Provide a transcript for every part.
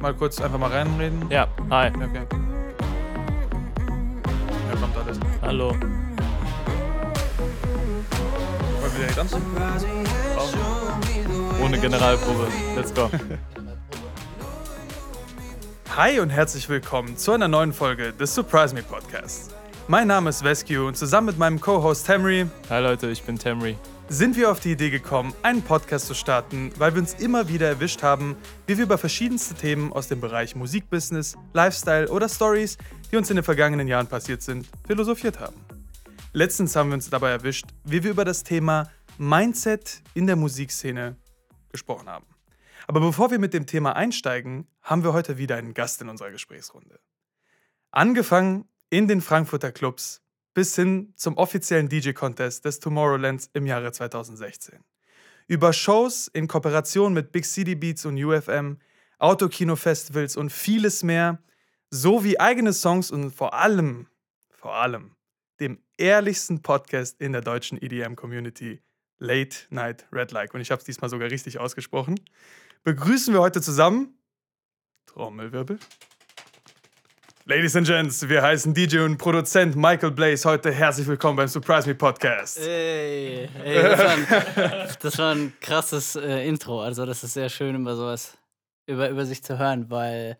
mal kurz einfach mal reinreden? Ja, hi. Okay. Ja, kommt alles. Hallo. Wollen wir direkt tanzen? Ohne Generalprobe. Let's go. Hi und herzlich willkommen zu einer neuen Folge des Surprise Me Podcasts. Mein Name ist Vescu und zusammen mit meinem Co-Host Tamry Hi Leute, ich bin Tamry. sind wir auf die Idee gekommen, einen Podcast zu starten, weil wir uns immer wieder erwischt haben, wie wir über verschiedenste Themen aus dem Bereich Musikbusiness, Lifestyle oder Stories, die uns in den vergangenen Jahren passiert sind, philosophiert haben. Letztens haben wir uns dabei erwischt, wie wir über das Thema Mindset in der Musikszene gesprochen haben. Aber bevor wir mit dem Thema einsteigen, haben wir heute wieder einen Gast in unserer Gesprächsrunde. Angefangen in den Frankfurter Clubs bis hin zum offiziellen DJ-Contest des Tomorrowlands im Jahre 2016. Über Shows in Kooperation mit Big City Beats und UFM, Autokino-Festivals und vieles mehr, sowie eigene Songs und vor allem dem ehrlichsten Podcast in der deutschen EDM-Community, Late Night Red Like. Und ich habe es diesmal sogar richtig ausgesprochen. Begrüßen wir heute zusammen, Trommelwirbel, Ladies and Gents, wir heißen DJ und Produzent Michael Blaze heute herzlich willkommen beim Surprise Me Podcast. Ey, das war ein krasses Intro. Also das ist sehr schön, immer sowas über sich zu hören, weil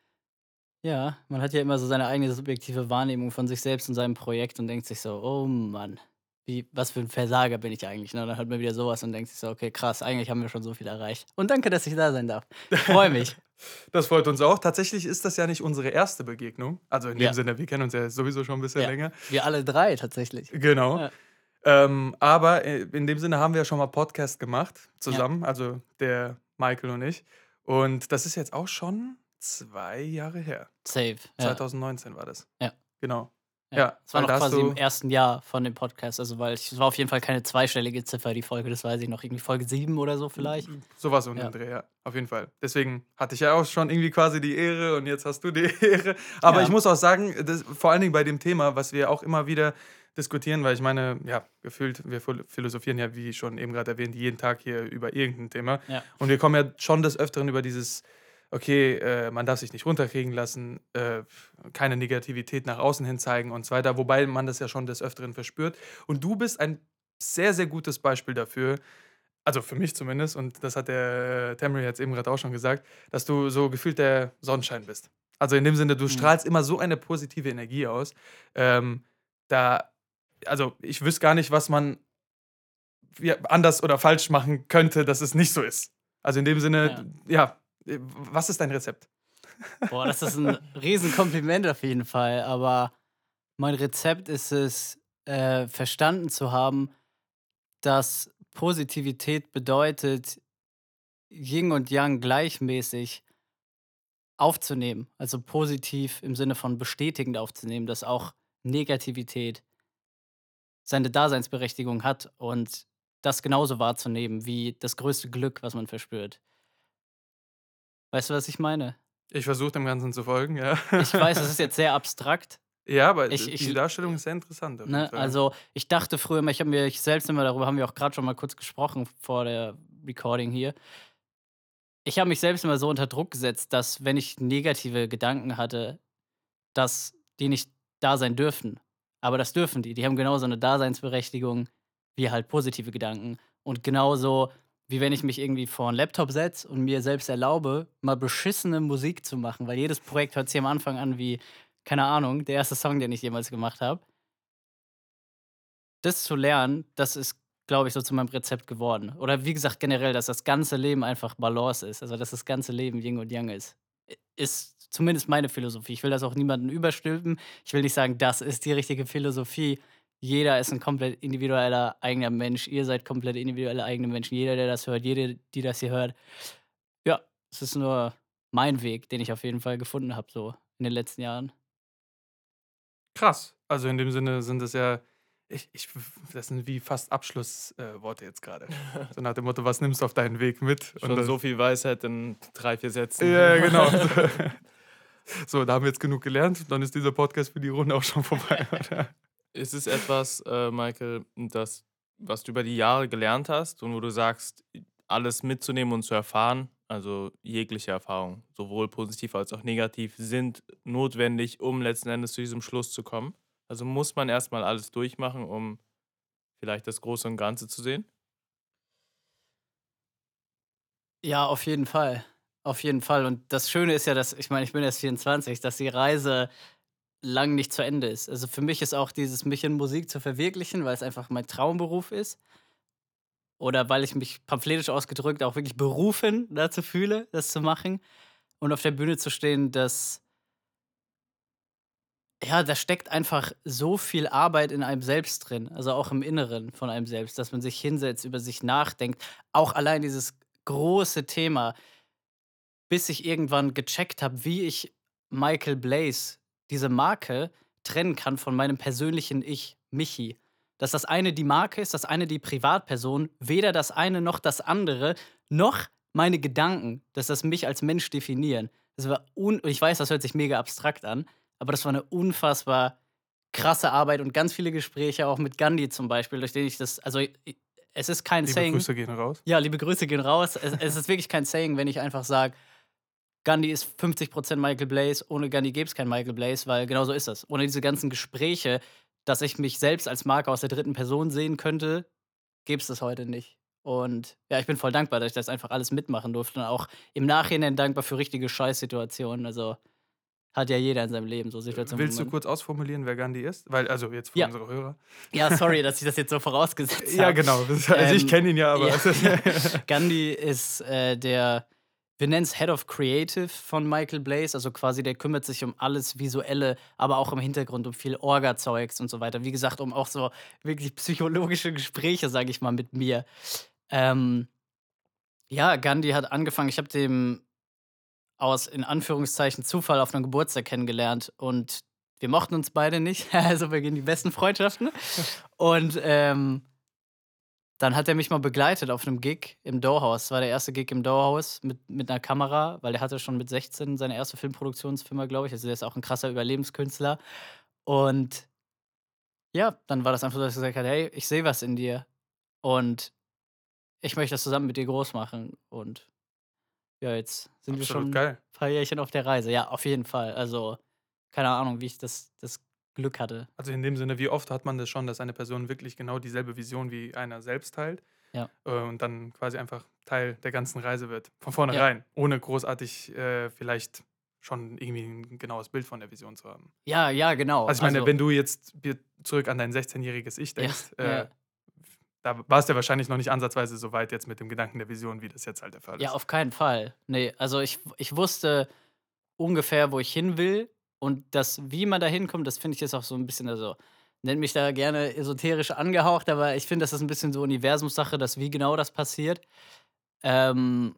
ja, man hat ja immer so seine eigene subjektive Wahrnehmung von sich selbst und seinem Projekt und denkt sich so, oh Mann, was für ein Versager bin ich eigentlich? Ne? Und dann hört man wieder sowas und denkt sich so, okay, krass, eigentlich haben wir schon so viel erreicht. Und danke, dass ich da sein darf. Ich freue mich. Das freut uns auch. Tatsächlich ist das ja nicht unsere erste Begegnung. Also in dem Ja. Sinne, wir kennen uns ja sowieso schon ein bisschen Ja, länger. wir alle drei tatsächlich. Genau. Ja. Aber in dem Sinne haben wir ja schon mal Podcast gemacht zusammen, also der Michael und ich. Und das ist jetzt auch schon 2 Jahre her. Safe. Ja. 2019 war das. Ja. Genau. Ja, Ja, es war weil noch da hast quasi du- im ersten Jahr von dem Podcast, also weil es war auf jeden Fall keine zweistellige Ziffer, die Folge, das weiß ich noch, irgendwie Folge 7 oder so vielleicht. Sowas um Ja. den Dreh, ja, auf jeden Fall. Deswegen hatte ich ja auch schon irgendwie quasi die Ehre und jetzt hast du die Ehre. Aber Ja. ich muss auch sagen, vor allen Dingen bei dem Thema, was wir auch immer wieder diskutieren, weil ich meine, ja, gefühlt, wir philosophieren ja, wie schon eben gerade erwähnt, jeden Tag hier über irgendein Thema. Ja. Und wir kommen ja schon des Öfteren über dieses, okay, man darf sich nicht runterkriegen lassen, keine Negativität nach außen hin zeigen und so weiter, wobei man das ja schon des Öfteren verspürt. Und du bist ein sehr, sehr gutes Beispiel dafür, also für mich zumindest, und das hat der Tamry jetzt eben gerade auch schon gesagt, dass du so gefühlt der Sonnenschein bist. Also in dem Sinne, du strahlst immer so eine positive Energie aus. Also ich wüsste gar nicht, was man anders oder falsch machen könnte, dass es nicht so ist. Also in dem Sinne, ja, was ist dein Rezept? Boah, das ist ein Riesenkompliment auf jeden Fall, aber mein Rezept ist es, verstanden zu haben, dass Positivität bedeutet, Yin und Yang gleichmäßig aufzunehmen. Also positiv im Sinne von bestätigend aufzunehmen, dass auch Negativität seine Daseinsberechtigung hat und das genauso wahrzunehmen wie das größte Glück, was man verspürt. Weißt du, was ich meine? Ich versuche dem Ganzen zu folgen, ja. Ich weiß, es ist jetzt sehr abstrakt, Ja, aber Ich- die ich- Darstellung ist sehr interessant. Auf jeden ne? Fall. Also, ich dachte früher immer, ich selbst immer darüber haben wir auch gerade schon mal kurz gesprochen vor der Recording hier. Ich habe mich selbst immer so unter Druck gesetzt, dass, wenn ich negative Gedanken hatte, dass die nicht da sein dürfen. Aber das dürfen die. Die haben genauso eine Daseinsberechtigung wie halt positive Gedanken. Und genauso wie wenn ich mich irgendwie vor einen Laptop setze und mir selbst erlaube, mal beschissene Musik zu machen, weil jedes Projekt hört sich am Anfang an wie, keine Ahnung, der erste Song, den ich jemals gemacht habe. Das zu lernen, das ist, glaube ich, so zu meinem Rezept geworden. Oder wie gesagt, generell, dass das ganze Leben einfach Balance ist. Also, dass das ganze Leben Yin und Yang ist. Ist zumindest meine Philosophie. Ich will das auch niemandem überstülpen. Ich will nicht sagen, das ist die richtige Philosophie. Jeder ist ein komplett individueller eigener Mensch. Ihr seid komplett individuelle eigene Menschen. Jeder, der das hört, jede, die das hier hört. Ja, es ist nur mein Weg, den ich auf jeden Fall gefunden habe, so in den letzten Jahren. Krass. Also in dem Sinne sind es ja, das sind wie fast Abschlussworte jetzt gerade. So nach dem Motto, was nimmst du auf deinen Weg mit? Schon das- so viel Weisheit in 3-4 Sätzen. Ja, genau. So, da haben wir jetzt genug gelernt. Dann ist dieser Podcast für die Runde auch schon vorbei. Ist es etwas, Michael, was du über die Jahre gelernt hast und wo du sagst, alles mitzunehmen und zu erfahren, also jegliche Erfahrung, sowohl positiv als auch negativ, sind notwendig, um letzten Endes zu diesem Schluss zu kommen. Also muss man erstmal alles durchmachen, um vielleicht das Große und Ganze zu sehen. Ja, auf jeden Fall. Auf jeden Fall. Und das Schöne ist ja, dass ich meine, ich bin erst 24, dass die Reise lang nicht zu Ende ist. Also, für mich ist auch dieses mich in Musik zu verwirklichen, weil es einfach mein Traumberuf ist oder weil ich mich pamphiletisch ausgedrückt auch wirklich berufen dazu fühle, das zu machen und auf der Bühne zu stehen, da steckt einfach so viel Arbeit in einem selbst drin, also auch im Inneren von einem selbst, dass man sich hinsetzt, über sich nachdenkt. Auch allein dieses große Thema, bis ich irgendwann gecheckt habe, wie ich Michael Blaze, diese Marke, trennen kann von meinem persönlichen Ich, Michi. Dass das eine die Marke ist, das eine die Privatperson, weder das eine noch das andere, noch meine Gedanken, dass das mich als Mensch definieren. Das war ich weiß, das hört sich mega abstrakt an, aber das war eine unfassbar krasse Arbeit und ganz viele Gespräche, auch mit Gandhi zum Beispiel, durch den ich das, es ist kein Liebe Saying. Grüße gehen raus. Ja, liebe Grüße gehen raus. Es ist wirklich kein Saying, wenn ich einfach sage, Gandhi ist 50% Michael Blaze, ohne Gandhi gäbe es keinen Michael Blaze, weil genau so ist das. Ohne diese ganzen Gespräche, dass ich mich selbst als Marke aus der dritten Person sehen könnte, gäbe es das heute nicht. Und ja, ich bin voll dankbar, dass ich das einfach alles mitmachen durfte und auch im Nachhinein dankbar für richtige Scheißsituationen. Also, hat ja jeder in seinem Leben so Situationen, wo Willst du man kurz ausformulieren, wer Gandhi ist? Weil, also jetzt für Ja. unsere Hörer. Ja, sorry, dass ich das jetzt so vorausgesetzt habe. Ja, genau. Also ich kenne ihn ja, aber. Ja. Gandhi ist wir nennen es Head of Creative von Michael Blaze, also quasi der kümmert sich um alles Visuelle, aber auch im Hintergrund um viel Orga-Zeugs und so weiter. Wie gesagt, um auch so wirklich psychologische Gespräche, sage ich mal, mit mir. Ähm, ja, Gandhi hat angefangen, ich habe dem aus in Anführungszeichen Zufall auf einem Geburtstag kennengelernt und wir mochten uns beide nicht, also wir gehen die besten Freundschaften. Und dann hat er mich mal begleitet auf einem Gig im Dohaus. Das war der erste Gig im Dohaus mit einer Kamera, weil er hatte schon mit 16 seine erste Filmproduktionsfirma, glaube ich. Also, der ist auch ein krasser Überlebenskünstler. Und ja, dann war das einfach so, dass er gesagt hat: „Hey, ich sehe was in dir und ich möchte das zusammen mit dir groß machen.“ Und ja, jetzt sind wir Absolut schon geil. ein paar Jährchen auf der Reise. Ja, auf jeden Fall. Also, keine Ahnung, wie ich das Glück hatte. Also in dem Sinne, wie oft hat man das schon, dass eine Person wirklich genau dieselbe Vision wie einer selbst teilt Ja. und dann quasi einfach Teil der ganzen Reise wird. Von Ja. vornherein, ohne großartig vielleicht schon irgendwie ein genaues Bild von der Vision zu haben. Ja, ja, genau. Also ich meine, wenn du jetzt zurück an dein 16-jähriges Ich Ja, denkst, ja. da warst du ja wahrscheinlich noch nicht ansatzweise so weit jetzt mit dem Gedanken der Vision, wie das jetzt halt der Fall Ja, ist. auf keinen Fall. Ne, also ich wusste ungefähr, wo ich hin will und das, wie man da hinkommt, das finde ich jetzt auch so ein bisschen, also, nenne mich da gerne esoterisch angehaucht, aber ich finde, das ist ein bisschen so Universumssache, dass wie genau das passiert. Ähm,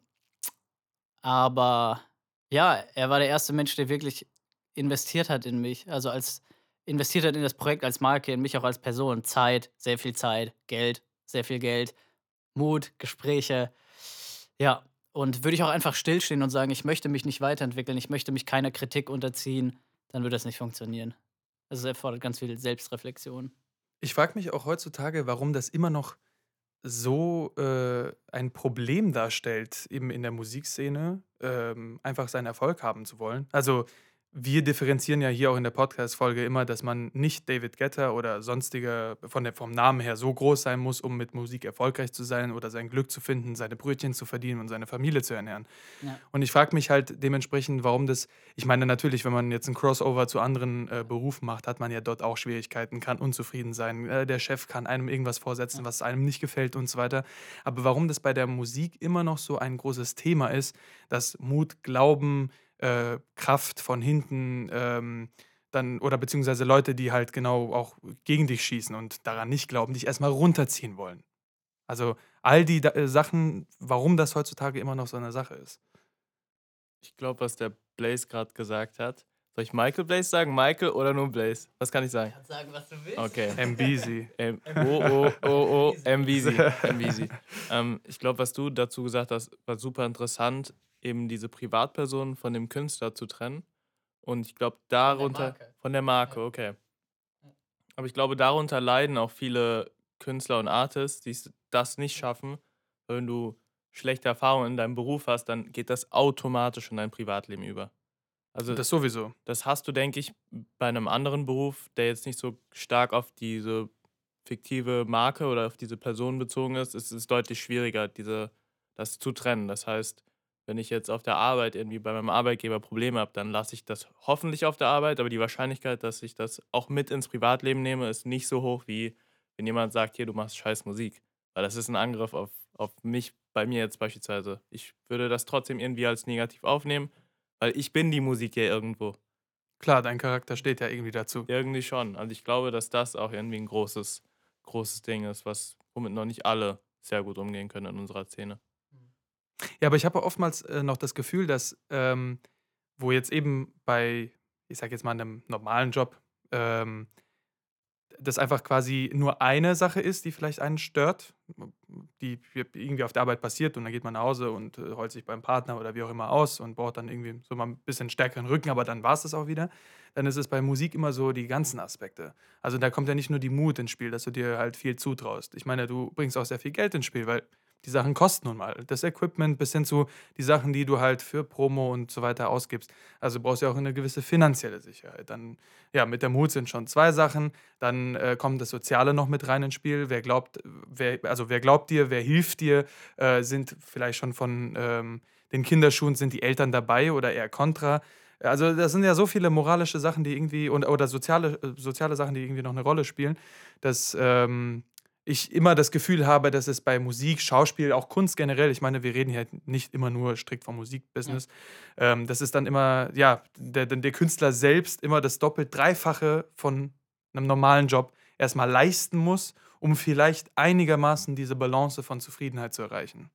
aber ja, er war der erste Mensch, der wirklich investiert hat in mich, also, als investiert hat in das Projekt als Marke, in mich auch als Person. Zeit, sehr viel Zeit, Geld, sehr viel Geld, Mut, Gespräche. Ja, und würde ich auch einfach stillstehen und sagen: „Ich möchte mich nicht weiterentwickeln, ich möchte mich keiner Kritik unterziehen“, dann würde das nicht funktionieren. Also, es erfordert ganz viel Selbstreflexion. Ich frage mich auch heutzutage, warum das immer noch so ein Problem darstellt, eben in der Musikszene, einfach seinen Erfolg haben zu wollen. Also, wir differenzieren ja hier auch in der Podcast-Folge immer, dass man nicht David Guetta oder sonstiger vom Namen her so groß sein muss, um mit Musik erfolgreich zu sein oder sein Glück zu finden, seine Brötchen zu verdienen und seine Familie zu ernähren. Ja. Und ich frage mich halt dementsprechend, warum das ich meine natürlich, wenn man jetzt 'n Crossover zu anderen, Berufen macht, hat man ja dort auch Schwierigkeiten, kann unzufrieden sein. Der Chef kann einem irgendwas vorsetzen, was einem nicht gefällt und so weiter. Aber warum das bei der Musik immer noch so ein großes Thema ist, dass Mut, Glauben, Kraft von hinten, dann oder beziehungsweise Leute, die halt genau auch gegen dich schießen und daran nicht glauben, dich erst mal runterziehen wollen. Also, all die Sachen, warum das heutzutage immer noch so eine Sache ist. Ich glaube, was der Blaze gerade gesagt hat. Soll ich Michael Blaze sagen? Michael oder nur Blaze? Was kann ich sagen? Kannst sagen, was du willst. Okay. MBZ. MBZ. Ich glaube, was du dazu gesagt hast, war super interessant, eben diese Privatperson von dem Künstler zu trennen. Und ich glaube, darunter. Marke. Von der Marke, Ja. okay. Aber ich glaube, darunter leiden auch viele Künstler und Artists, die das nicht schaffen, wenn du schlechte Erfahrungen in deinem Beruf hast, dann geht das automatisch in dein Privatleben über. Also, Das sowieso. das hast du, denke ich, bei einem anderen Beruf, der jetzt nicht so stark auf diese fiktive Marke oder auf diese Person bezogen ist. Es ist deutlich schwieriger, das zu trennen. Das heißt, wenn ich jetzt auf der Arbeit irgendwie bei meinem Arbeitgeber Probleme habe, dann lasse ich das hoffentlich auf der Arbeit, aber die Wahrscheinlichkeit, dass ich das auch mit ins Privatleben nehme, ist nicht so hoch, wie wenn jemand sagt: „Hier, du machst scheiß Musik.“ Weil das ist ein Angriff auf mich bei mir jetzt beispielsweise. Ich würde das trotzdem irgendwie als negativ aufnehmen, weil ich bin die Musik ja irgendwo. Klar, dein Charakter steht ja irgendwie dazu. Irgendwie schon. Also, ich glaube, dass das auch irgendwie ein großes Ding ist, womit noch nicht alle sehr gut umgehen können in unserer Szene. Ja, aber ich habe oftmals, noch das Gefühl, dass, wo jetzt eben bei, ich sage jetzt mal, einem normalen Job, ähm, das einfach quasi nur eine Sache ist, die vielleicht einen stört, die irgendwie auf der Arbeit passiert und dann geht man nach Hause und, heult sich beim Partner oder wie auch immer aus und braucht dann irgendwie so mal ein bisschen stärkeren Rücken, aber dann war es das auch wieder. Dann ist es bei Musik immer so die ganzen Aspekte. Also, da kommt ja nicht nur die Mut ins Spiel, dass du dir halt viel zutraust. Ich meine, du bringst auch sehr viel Geld ins Spiel, weil die Sachen kosten nun mal. Das Equipment bis hin zu die Sachen, die du halt für Promo und so weiter ausgibst. Also, du brauchst ja auch eine gewisse finanzielle Sicherheit. Dann ja, mit der Mut sind schon 2 Sachen. Dann, kommt das Soziale noch mit rein ins Spiel. Wer glaubt dir, wer hilft dir? Sind vielleicht schon von, den Kinderschuhen sind die Eltern dabei oder eher kontra? Also, das sind ja so viele moralische Sachen, die irgendwie oder soziale Sachen, die irgendwie noch eine Rolle spielen, dass, ich immer das Gefühl habe, dass es bei Musik, Schauspiel, auch Kunst generell, ich meine, wir reden hier nicht immer nur strikt vom Ja. Musikbusiness, dass es dann immer, ja, der Künstler selbst immer das doppelt dreifache von einem normalen Job erstmal leisten muss, um vielleicht einigermaßen diese Balance von Zufriedenheit zu erreichen.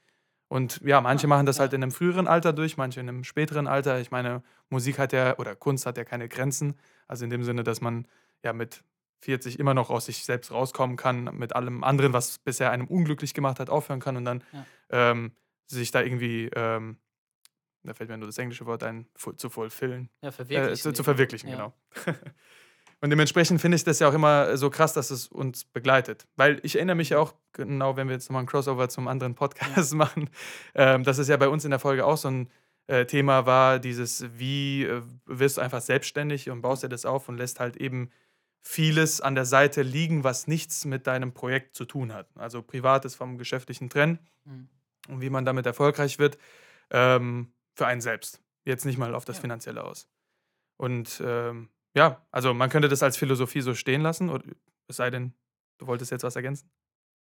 Und ja, manche Ah, machen das halt ja. in einem früheren Alter durch, manche in einem späteren Alter. Ich meine, Musik hat ja oder Kunst hat ja keine Grenzen. Also in dem Sinne, dass man ja mit 40 immer noch aus sich selbst rauskommen kann, mit allem anderen, was bisher einem unglücklich gemacht hat, aufhören kann und dann, Ja. ähm, sich da irgendwie, da fällt mir nur das englische Wort ein, zu fulfillen, Ja, zu verwirklichen. verwirklichen, Ja. genau. Und dementsprechend finde ich das ja auch immer so krass, dass es uns begleitet. Weil ich erinnere mich ja Mhm. auch, genau, wenn wir jetzt nochmal ein Crossover zum anderen Ja. Podcast machen, dass es ja bei uns in der Folge auch so ein Thema war, dieses, wie wirst du einfach selbstständig und baust dir das auf und lässt halt eben vieles an der Seite liegen, was nichts mit deinem Projekt zu tun hat. Also Privates vom Geschäftlichen trennen Mhm. und wie man damit erfolgreich wird, für einen selbst. Jetzt nicht mal auf das Ja. Finanzielle aus. Und, ja, also man könnte das als Philosophie so stehen lassen, oder es sei denn, du wolltest jetzt was ergänzen?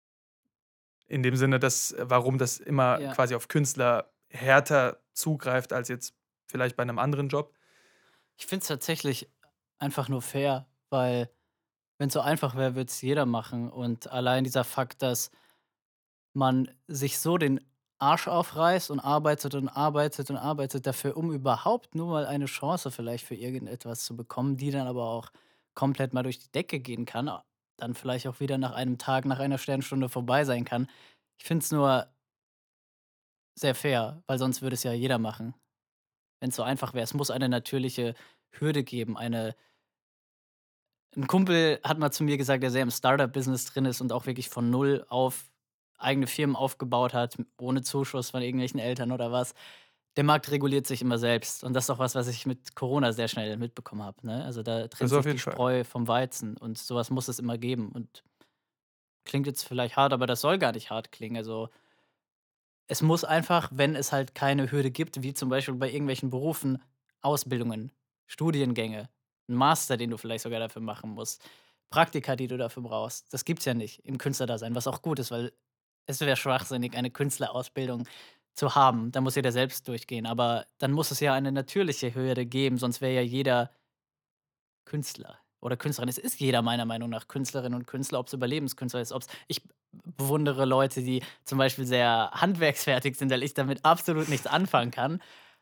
In dem Sinne, dass warum das immer Ja. quasi auf Künstler härter zugreift als jetzt vielleicht bei einem anderen Job. Ich finde es tatsächlich einfach nur fair, weil wenn es so einfach wäre, würde es jeder machen. Und allein dieser Fakt, dass man sich so den Arsch aufreißt und arbeitet und arbeitet und arbeitet dafür, um überhaupt nur mal eine Chance vielleicht für irgendetwas zu bekommen, die dann aber auch komplett mal durch die Decke gehen kann, dann vielleicht auch wieder nach einem Tag, nach einer Sternstunde vorbei sein kann. Ich finde es nur sehr fair, weil sonst würde es ja jeder machen, wenn es so einfach wäre. Es muss eine natürliche Hürde geben, eine 'n Kumpel hat mal zu mir gesagt, der sehr im Startup-Business drin ist und auch wirklich von null auf eigene Firmen aufgebaut hat, ohne Zuschuss von irgendwelchen Eltern oder was. Der Markt reguliert sich immer selbst und das ist auch was, was ich mit Corona sehr schnell mitbekommen habe, ne? Also, da Das trennt auf sich jeden die Fall. Spreu vom Weizen und sowas muss es immer geben und klingt jetzt vielleicht hart, aber das soll gar nicht hart klingen. Also, es muss einfach, wenn es halt keine Hürde gibt, wie zum Beispiel bei irgendwelchen Berufen, Ausbildungen, Studiengänge, 'n Master, den du vielleicht sogar dafür machen musst, Praktika, die du dafür brauchst. Das gibt's ja nicht im Künstlerdasein, was auch gut ist, weil es wäre schwachsinnig, eine Künstlerausbildung zu haben. Da muss jeder selbst durchgehen. Aber dann muss es ja eine natürliche Hürde geben, sonst wäre ja jeder Künstler oder Künstlerin. Es ist jeder meiner Meinung nach Künstlerin und Künstler, ob's Überlebenskünstler ist, ob's ich bewundere Leute, die zum Beispiel sehr handwerksfertig sind, weil ich damit absolut nichts anfangen kann.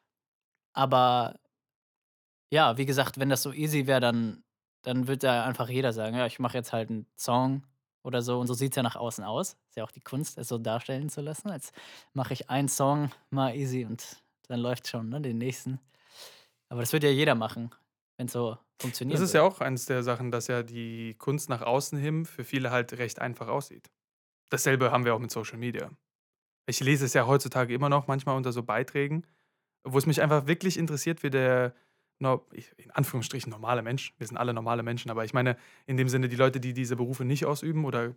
Aber ja, wie gesagt, wenn das so easy wäre, dann wird da einfach jeder sagen: „Ja, ich mache jetzt halt 'n Song oder so.“ Und so sieht's ja nach außen aus. Ist ja auch die Kunst, es so darstellen zu lassen, als mache ich einen Song mal easy und dann läuft's schon, ne, den nächsten. Aber das würde ja jeder machen, wenn's so Das funktionieren ist ja würde. auch eins der Sachen, dass ja die Kunst nach außen hin für viele halt recht einfach aussieht. Dasselbe haben wir auch mit Social Media. Ich lese es ja heutzutage immer noch manchmal unter so Beiträgen, wo es mich einfach wirklich interessiert, wie der in Anführungsstrichen normale Mensch, wir sind alle normale Menschen, aber ich meine in dem Sinne die Leute, die diese Berufe nicht ausüben oder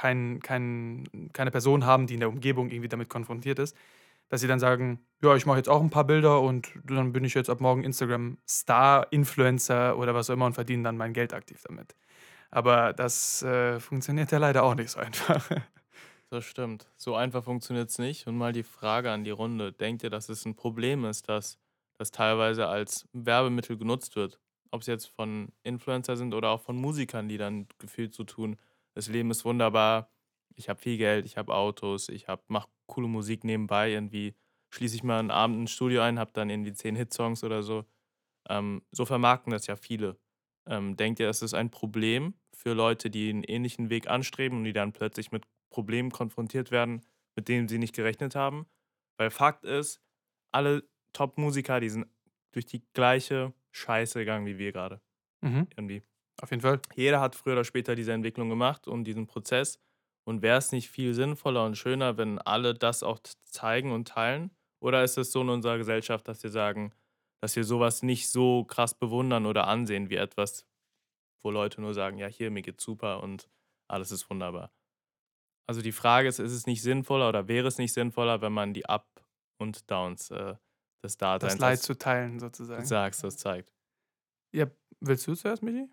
keine Person haben, die in der Umgebung irgendwie damit konfrontiert ist, dass sie dann sagen, ja, ich mache jetzt auch ein paar Bilder und dann bin ich jetzt ab morgen Instagram-Star, Influencer oder was auch immer und verdiene dann mein Geld aktiv damit. Aber das funktioniert ja leider auch nicht so einfach. Das stimmt. So einfach funktioniert es nicht. Und mal die Frage an die Runde. Denkt ihr, dass es ein Problem ist, dass das teilweise als Werbemittel genutzt wird? Ob es jetzt von Influencer sind oder auch von Musikern, die dann gefühlt so tun, das Leben ist wunderbar, ich habe viel Geld, ich habe Autos, mache coole Musik nebenbei, irgendwie schließe ich mal einen Abend ein Studio ein, habe dann irgendwie 10 Hitsongs oder so. So vermarkten das ja viele. Denkt ihr, das ist ein Problem für Leute, die einen ähnlichen Weg anstreben und die dann plötzlich mit Problemen konfrontiert werden, mit denen sie nicht gerechnet haben? Weil Fakt ist, alle Top-Musiker, die sind durch die gleiche Scheiße gegangen wie wir gerade Mhm, irgendwie. auf jeden Fall. Jeder hat früher oder später diese Entwicklung gemacht und diesen Prozess. Und wäre es nicht viel sinnvoller und schöner, wenn alle das auch zeigen und teilen? Oder ist es so in unserer Gesellschaft, dass wir sagen, dass wir sowas nicht so krass bewundern oder ansehen wie etwas, wo Leute nur sagen, ja, hier, mir geht's super und alles ist wunderbar. Also die Frage ist es nicht sinnvoller oder wäre es nicht sinnvoller, wenn man die Up und Downs des Das Daseins, Leid als zu teilen du sozusagen. sagst, das zeigt? Ja, willst du zuerst, Michi?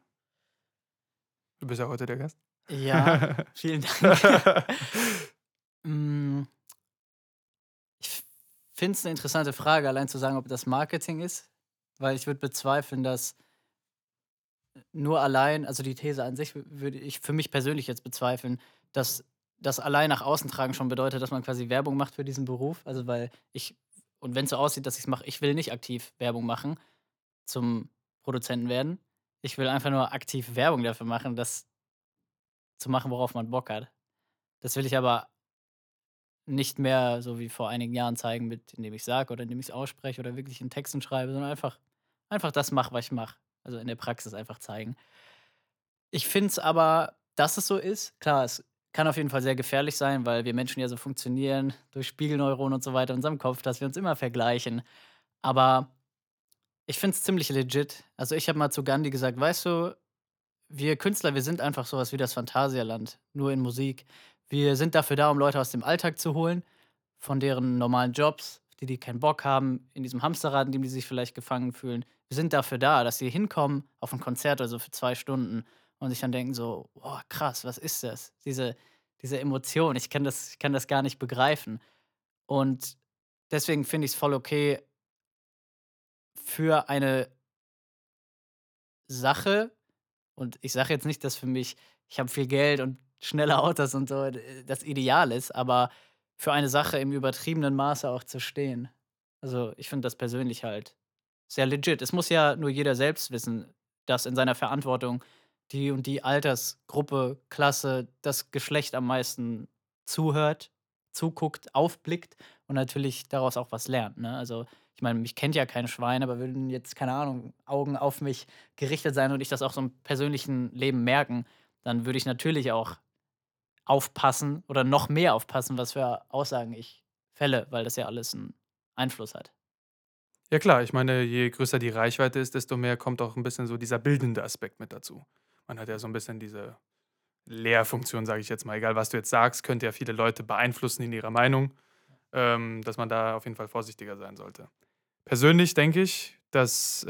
Du bist ja heute der Gast. Ja, vielen Dank. Hm, ich finde es eine interessante Frage, allein zu sagen, ob das Marketing ist, weil ich würde bezweifeln, dass nur allein, also die These an sich würde ich für mich persönlich jetzt bezweifeln, dass das allein nach außen tragen schon bedeutet, dass man quasi Werbung macht für diesen Beruf. Also weil ich, und wenn es so aussieht, dass ich es mache, ich will nicht aktiv Werbung machen zum Produzenten werden. Ich will einfach nur aktiv Werbung dafür machen, das zu machen, worauf man Bock hat. Das will ich aber nicht mehr so wie vor einigen Jahren zeigen, mit indem ich sage oder indem ich es ausspreche oder wirklich in Texten schreibe, sondern einfach das mache, was ich mache. Also in der Praxis einfach zeigen. Ich finde es aber, dass es so ist, klar, es kann auf jeden Fall sehr gefährlich sein, weil wir Menschen ja so funktionieren durch Spiegelneuronen und so weiter in unserem Kopf, dass wir uns immer vergleichen. Aber ich finde es ziemlich legit. Also, ich habe mal zu Gandhi gesagt: „Weißt du, wir Künstler, wir sind einfach so was wie das Phantasialand, nur in Musik. Wir sind dafür da, um Leute aus dem Alltag zu holen, von deren normalen Jobs, die keinen Bock haben, in diesem Hamsterrad, in dem die sich vielleicht gefangen fühlen. Wir sind dafür da, dass sie hinkommen auf ein Konzert oder so für 2 Stunden und sich dann denken so: „Boah, krass, was ist das?“ Diese Emotion, ich kann das gar nicht begreifen. Und deswegen finde ich es voll okay für eine Sache, und ich sage jetzt nicht, dass für mich ich habe viel Geld und schnelle Autos und so, das Ideal ist, aber für eine Sache im übertriebenen Maße auch zu stehen. Also, ich finde das persönlich halt sehr legit. Es muss ja nur jeder selbst wissen, dass in seiner Verantwortung die und die Altersgruppe, Klasse, das Geschlecht am meisten zuhört, zuguckt, aufblickt und natürlich daraus auch was lernt, ne? Also, ich meine, mich kennt ja kein Schwein, aber würden jetzt, keine Ahnung, Augen auf mich gerichtet sein und ich das auch so im persönlichen Leben merken, dann würde ich natürlich auch aufpassen oder noch mehr aufpassen, was für Aussagen ich fälle, weil das ja alles einen Einfluss hat. Ja klar, ich meine, je größer die Reichweite ist, desto mehr kommt auch ein bisschen so dieser bildende Aspekt mit dazu. Man hat ja so ein bisschen diese Lehrfunktion, sage ich jetzt mal. Egal, was du jetzt sagst, könnte ja viele Leute beeinflussen in ihrer Meinung, dass man da auf jeden Fall vorsichtiger sein sollte. Persönlich denke ich, dass,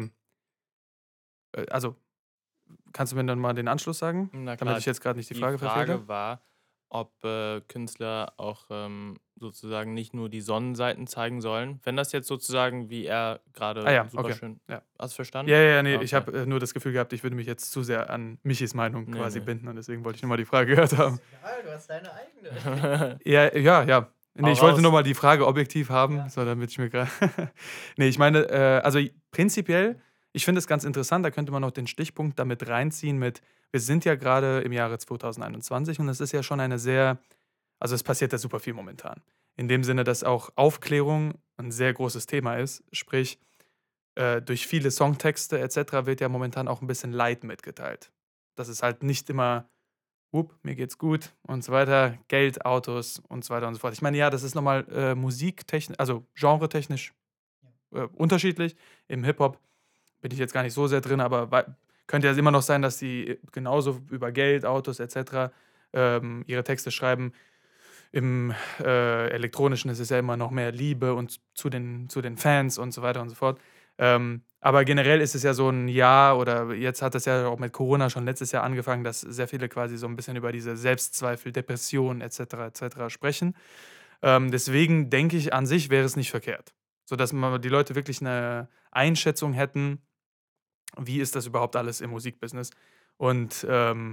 also, kannst du mir dann mal den Anschluss sagen, Na damit klar, ich jetzt gerade nicht die die Frage verfehle? Frage war, ob Künstler auch sozusagen nicht nur die Sonnenseiten zeigen sollen. Wenn das jetzt sozusagen, wie er Ah gerade ja, super okay, schön. ja. Hast du Ja, verstanden? ja, ja, ne, Ah, ich okay. habe, nur das Gefühl gehabt, ich würde mich jetzt zu sehr an Michis Meinung Nee, quasi nee. binden und deswegen wollte ich nur mal die Frage gehört haben. Egal, du hast deine eigene. Ja, ja, ja. Ne, Hau ich wollte nur raus. mal die Frage objektiv haben, Ja. so damit ich mir grad ne, ich meine, also, prinzipiell, ich finde es ganz interessant, da könnte man noch den Stichpunkt damit reinziehen mit wir sind ja grade im Jahre 2021 und es ist ja schon eine sehr also, es passiert ja super viel momentan. In dem Sinne, dass auch Aufklärung 'n sehr großes Thema ist. Sprich, durch viele Songtexte et cetera wird ja momentan auch 'n bisschen Leid mitgeteilt. Dass es halt nicht immer mir geht's gut und so weiter, Geld, Autos und so weiter und so fort. Ich meine, ja, das ist nochmal musiktechnisch, also genretechnisch unterschiedlich. Im Hip-Hop bin ich jetzt gar nicht so sehr drin, aber könnte ja immer noch sein, dass die genauso über Geld, Autos etc. Ihre Texte schreiben. Im Elektronischen ist es ja immer noch mehr Liebe und zu den Fans und so weiter und so fort. Aber generell ist es ja so ein Jahr oder jetzt hat es ja auch mit Corona schon letztes Jahr angefangen, dass sehr viele quasi so ein bisschen über diese Selbstzweifel, Depressionen etc. sprechen. Deswegen denke ich, an sich wäre es nicht verkehrt, sodass die Leute wirklich eine Einschätzung hätten, wie ist das überhaupt alles im Musikbusiness? Und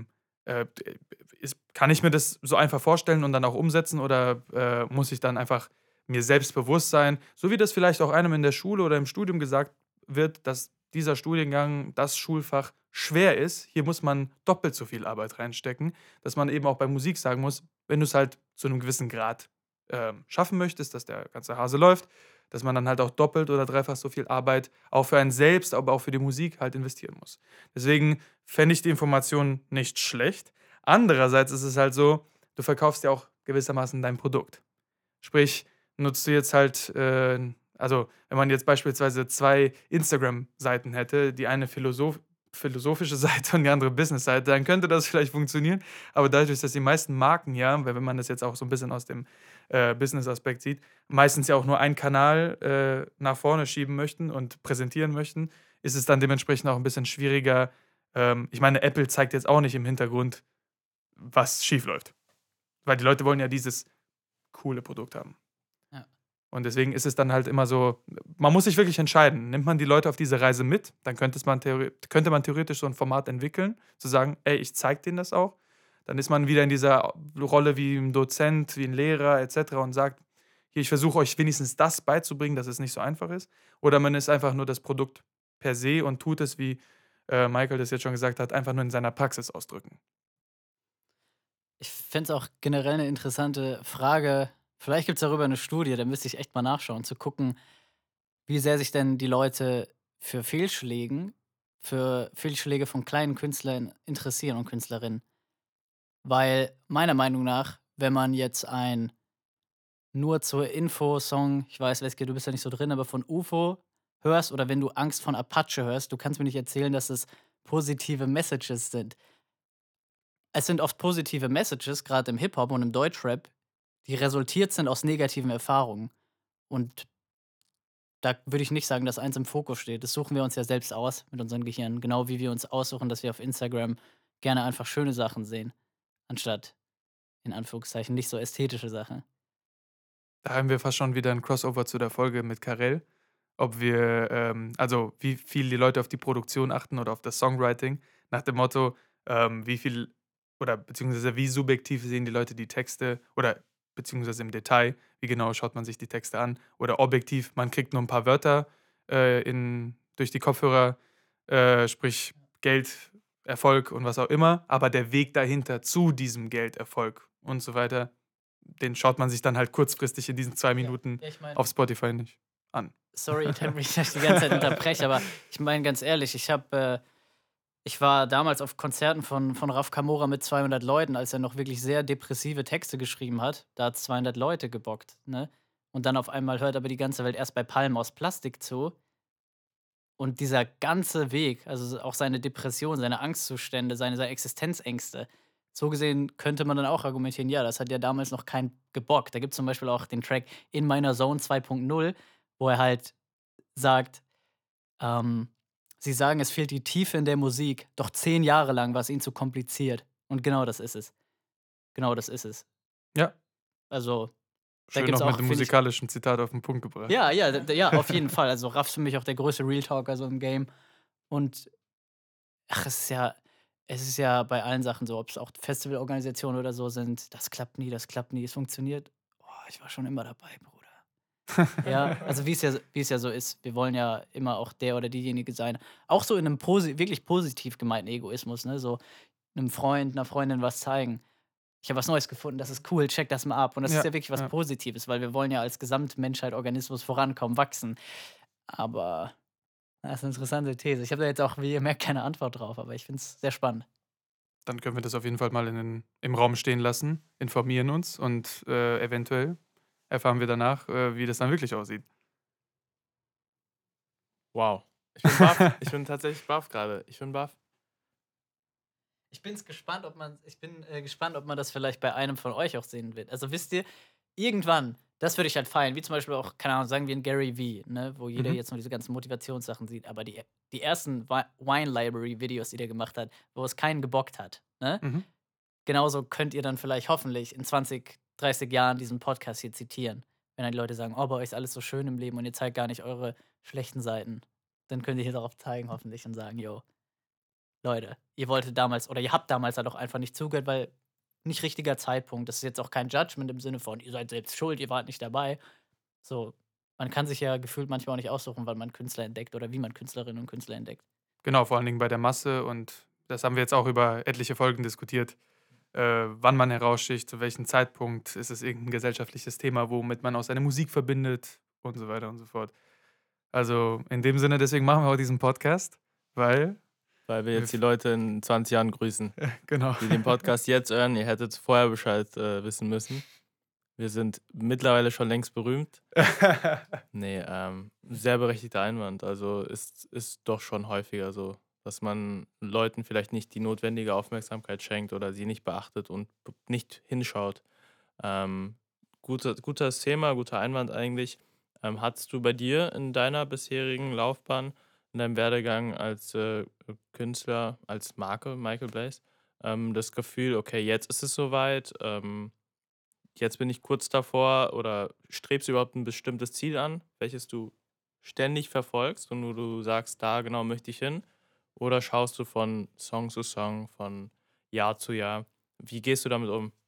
kann ich mir das so einfach vorstellen und dann auch umsetzen oder muss ich dann einfach mir selbst bewusst sein, so wie das vielleicht auch einem in der Schule oder im Studium gesagt wird, dass dieser Studiengang, das Schulfach schwer ist. Hier muss man doppelt so viel Arbeit reinstecken, dass man eben auch bei Musik sagen muss, wenn du es halt zu einem gewissen Grad schaffen möchtest, dass der ganze Hase läuft, dass man dann halt auch doppelt oder dreifach so viel Arbeit auch für einen selbst, aber auch für die Musik halt investieren muss. Deswegen fände ich die Information nicht schlecht. Andererseits ist es halt so, du verkaufst ja auch gewissermaßen dein Produkt. Sprich, nutzt du jetzt halt, also wenn man jetzt beispielsweise 2 Instagram-Seiten hätte, die eine philosophische Seite und die andere Business-Seite, dann könnte das vielleicht funktionieren. Aber dadurch, dass die meisten Marken ja, wenn man das jetzt auch so ein bisschen aus dem Business-Aspekt sieht, meistens ja auch nur einen Kanal nach vorne schieben möchten und präsentieren möchten, ist es dann dementsprechend auch ein bisschen schwieriger. Ich meine, Apple zeigt jetzt auch nicht im Hintergrund, was schief läuft. Weil die Leute wollen ja dieses coole Produkt haben. Ja. Und deswegen ist es dann halt immer so, man muss sich wirklich entscheiden. Nimmt man die Leute auf diese Reise mit, dann könnte man theoretisch so ein Format entwickeln, zu sagen, ey, ich zeig denen das auch. Dann ist man wieder in dieser Rolle wie ein Dozent, wie ein Lehrer etc. und sagt, hier, ich versuche euch wenigstens das beizubringen, dass es nicht so einfach ist. Oder man ist einfach nur das Produkt per se und tut es, wie Michael das jetzt schon gesagt hat, einfach nur in seiner Praxis ausdrücken. Ich fände es auch generell eine interessante Frage. Vielleicht gibt es darüber eine Studie, da müsste ich echt mal nachschauen, zu gucken, wie sehr sich denn die Leute für Fehlschläge von kleinen Künstlern interessieren und Künstlerinnen. Weil meiner Meinung nach, wenn man jetzt ein nur zur Info-Song, ich weiß, Wesky, du bist ja nicht so drin, aber von UFO hörst oder wenn du Angst von Apache hörst, du kannst mir nicht erzählen, dass es positive Messages sind. Es sind oft positive Messages, gerade im Hip-Hop und im Deutschrap, die resultiert sind aus negativen Erfahrungen. Und da würde ich nicht sagen, dass eins im Fokus steht. Das suchen wir uns ja selbst aus mit unseren Gehirnen. Genau wie wir uns aussuchen, dass wir auf Instagram gerne einfach schöne Sachen sehen, anstatt in Anführungszeichen nicht so ästhetische Sachen. Da haben wir fast schon wieder ein Crossover zu der Folge mit Karel. Ob wir, also wie viel die Leute auf die Produktion achten oder auf das Songwriting, nach dem Motto, wie viel oder beziehungsweise wie subjektiv sehen die Leute die Texte oder beziehungsweise im Detail, wie genau schaut man sich die Texte an oder objektiv, man kriegt nur ein paar Wörter durch die Kopfhörer, sprich Geld, Erfolg und was auch immer, aber der Weg dahinter zu diesem Geld, Erfolg und so weiter, den schaut man sich dann halt kurzfristig in diesen 2 Minuten Ich meine, auf Spotify nicht an. sorry, wenn ich dich die ganze Zeit unterbreche, aber ich meine ganz ehrlich, ich war damals auf Konzerten von Raf Kamora mit 200 Leuten, als er noch wirklich sehr depressive Texte geschrieben hat. Da hat 200 Leute gebockt, ne? Und dann auf einmal hört aber die ganze Welt erst bei Palmen aus Plastik zu. Und dieser ganze Weg, also auch seine Depression, seine Angstzustände, seine Existenzängste, so gesehen könnte man dann auch argumentieren, ja, das hat ja damals noch kein gebockt. Da gibt es zum Beispiel auch den Track In Meiner Zone 2.0, wo er halt sagt, sie sagen, es fehlt die Tiefe in der Musik, doch 10 Jahre lang war es ihnen zu kompliziert. Und genau das ist es. Genau das ist es. Ja, Also, da schön gibt's noch mit auch, dem finde ich, musikalischen Zitat auf den Punkt gebracht. ja, ja, ja, auf jeden Fall. Also, Raff ist für mich auch der größte Real Talker so im Game. Und ach, es ist ja bei allen Sachen so, ob es auch Festivalorganisationen oder so sind, das klappt nie, das klappt nie, es funktioniert. Oh, ich war schon immer dabei, Bruder. Ja, also wie es ja so ist. Wir wollen ja immer auch der oder diejenige sein. Auch so in einem wirklich positiv gemeinten Egoismus, ne? So einem Freund, einer Freundin was zeigen. Ich habe was Neues gefunden, das ist cool, check das mal ab. Und das ist Ja, ja wirklich was ja. Positives, weil wir wollen ja als Gesamtmenschheit, Organismus vorankommen, wachsen. Aber das ist eine interessante These. Ich habe da jetzt auch, wie ihr merkt, keine Antwort drauf, aber ich finde es sehr spannend. Dann können wir das auf jeden Fall mal im Raum stehen lassen, informieren uns und eventuell erfahren wir danach, wie das dann wirklich aussieht. Wow. Ich bin baff. Ich bin tatsächlich baff gerade. Ich bin baff. Ich bin gespannt, ob man das vielleicht bei einem von euch auch sehen wird. Also wisst ihr, irgendwann, das würde ich halt feiern, wie zum Beispiel auch, keine Ahnung, sagen wir ein Gary Vee, ne, wo jeder Mhm. jetzt nur diese ganzen Motivationssachen sieht, aber die ersten Wine Library Videos, die der gemacht hat, wo es keinen gebockt hat, ne? Mhm. Genauso könnt ihr dann vielleicht hoffentlich in 20, 30 Jahren diesen Podcast hier zitieren. Wenn dann die Leute sagen, oh, bei euch ist alles so schön im Leben und ihr zeigt gar nicht eure schlechten Seiten. Dann könnt ihr hier darauf zeigen, hoffentlich, und sagen, yo, Leute, ihr wolltet damals oder ihr habt damals halt auch einfach nicht zugehört, weil nicht richtiger Zeitpunkt. Das ist jetzt auch kein Judgment im Sinne von, ihr seid selbst schuld, ihr wart nicht dabei. So, man kann sich ja gefühlt manchmal auch nicht aussuchen, wann man Künstler entdeckt oder wie man Künstlerinnen und Künstler entdeckt. Genau, vor allen Dingen bei der Masse und das haben wir jetzt auch über etliche Folgen diskutiert, wann man heraussticht, zu welchem Zeitpunkt, ist es irgendein gesellschaftliches Thema, womit man auch seine Musik verbindet und so weiter und so fort. Also in dem Sinne, deswegen machen wir auch diesen Podcast, weil, Weil wir jetzt die Leute in 20 Jahren grüßen, genau. die den Podcast jetzt hören. Ihr hättet vorher Bescheid wissen müssen. Wir sind mittlerweile schon längst berühmt. Nee, sehr berechtigter Einwand. Also ist doch schon häufiger so, dass man Leuten vielleicht nicht die notwendige Aufmerksamkeit schenkt oder sie nicht beachtet und nicht hinschaut. Ähm, gutes Thema, guter Einwand eigentlich. Hattest du bei dir in deiner bisherigen Laufbahn, in deinem Werdegang als Künstler, als Marke Michael Blaze, das Gefühl, okay, jetzt ist es soweit, jetzt bin ich kurz davor oder strebst du überhaupt ein bestimmtes Ziel an, welches du ständig verfolgst und wo du sagst, da genau möchte ich hin? Oder schaust du von Song zu Song, von Jahr zu Jahr? Wie gehst du damit um?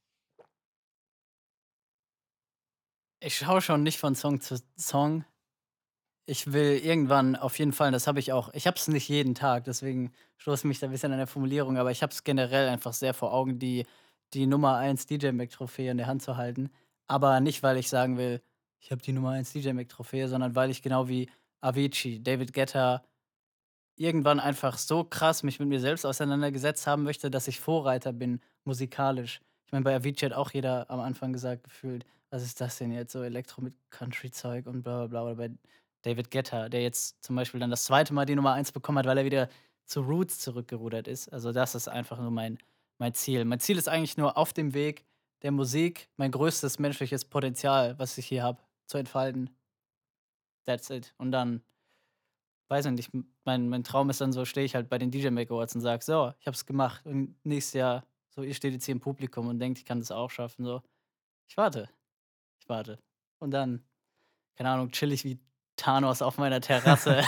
Ich schaue schon nicht von Song zu Song. Ich will irgendwann auf jeden Fall, das habe ich auch, ich habe es nicht jeden Tag, deswegen stoße mich da ein bisschen an der Formulierung, aber ich habe es generell einfach sehr vor Augen, die Nummer 1 DJ Mac Trophäe in der Hand zu halten. Aber nicht, weil ich sagen will, ich habe die Nummer 1 DJ Mac Trophäe, sondern weil ich genau wie Avicii, David Guetta irgendwann einfach so krass mich mit mir selbst auseinandergesetzt haben möchte, dass ich Vorreiter bin, musikalisch. Ich meine, bei Avicii hat auch jeder am Anfang gesagt, gefühlt, was ist das denn jetzt, so Elektro mit Country-Zeug und bla bla bla. Oder bei David Guetta, der jetzt zum Beispiel dann das zweite Mal die Nummer 1 bekommen hat, weil er wieder zu Roots zurückgerudert ist. Also das ist einfach nur mein Ziel. Mein Ziel ist eigentlich nur auf dem Weg der Musik mein größtes menschliches Potenzial, was ich hier habe, zu entfalten. That's it. Und dann weiß ich nicht, mein Traum ist dann so, stehe ich halt bei den DJ Make Awards und sage: „So, ich habe es gemacht.“ Und nächstes Jahr so, ihr steht jetzt hier im Publikum und denkt, ich kann das auch schaffen, so. Ich warte, ich warte. Und dann, keine Ahnung, chill ich wie Thanos auf meiner Terrasse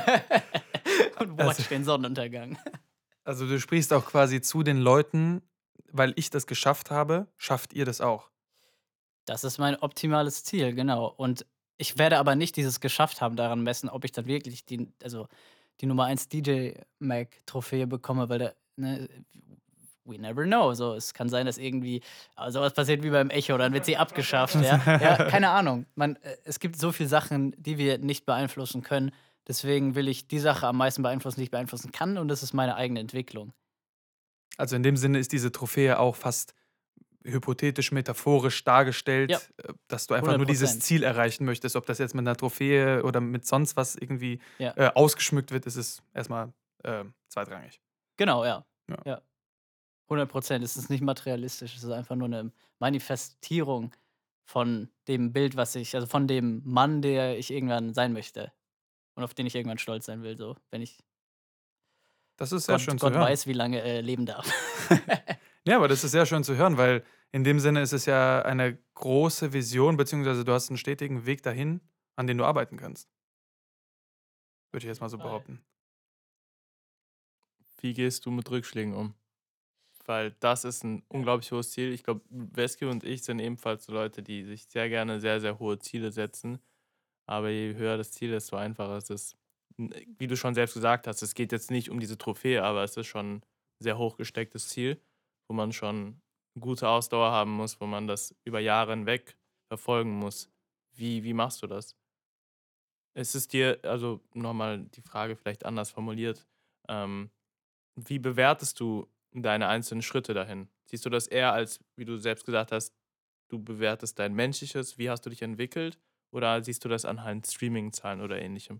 und Also, watch den Sonnenuntergang. also du sprichst auch quasi zu den Leuten, weil ich das geschafft habe, schafft ihr das auch. Das ist mein optimales Ziel, genau. Und ich werde aber nicht dieses geschafft haben daran messen, ob ich dann wirklich die Nummer 1 DJ Mag Trophäe bekomme, weil ne, we never know. So, es kann sein, dass irgendwie sowas passiert wie beim Echo, dann wird sie abgeschafft, ja. Ja, keine Ahnung. Es gibt so viele Sachen, die wir nicht beeinflussen können. Deswegen will ich die Sache am meisten beeinflussen, die ich beeinflussen kann, und das ist meine eigene Entwicklung. Also in dem Sinne ist diese Trophäe auch fast hypothetisch, metaphorisch Ja, dargestellt, dass du einfach nur dieses 100%. Ziel erreichen möchtest. Ob das jetzt mit einer Trophäe oder mit sonst was irgendwie Ja, ausgeschmückt wird, ist es erstmal zweitrangig. genau, ja. Ja. Ja. 100%. Es ist nicht materialistisch, es ist einfach nur eine Manifestierung von dem Bild, also von dem Mann, der ich irgendwann sein möchte und auf den ich irgendwann stolz sein will, so, wenn ich Das ist sehr schön zu Gott hören. weiß, wie lange leben darf. Ja, aber das ist sehr schön zu hören, weil in dem Sinne ist es ja eine große Vision, beziehungsweise du hast einen stetigen Weg dahin, an den du arbeiten kannst. Würde ich jetzt mal so behaupten. Wie gehst du mit Rückschlägen um? Weil das ist ein unglaublich hohes Ziel. Ich glaube, Vesky und ich sind ebenfalls so Leute, die sich sehr gerne sehr, sehr hohe Ziele setzen. Aber je höher das Ziel, desto einfacher ist es. Wie du schon selbst gesagt hast, es geht jetzt nicht um diese Trophäe, aber es ist schon ein sehr hoch gestecktes Ziel, wo man schon gute Ausdauer haben muss, wo man das über Jahre hinweg verfolgen muss. Wie machst du das? Ist es dir, also nochmal die Frage vielleicht anders formuliert, wie bewertest du deine einzelnen Schritte dahin? Siehst du das eher als, wie du selbst gesagt hast, du bewertest dein Menschliches, wie hast du dich entwickelt? Oder siehst du das anhand Streaming-Zahlen oder Ähnlichem?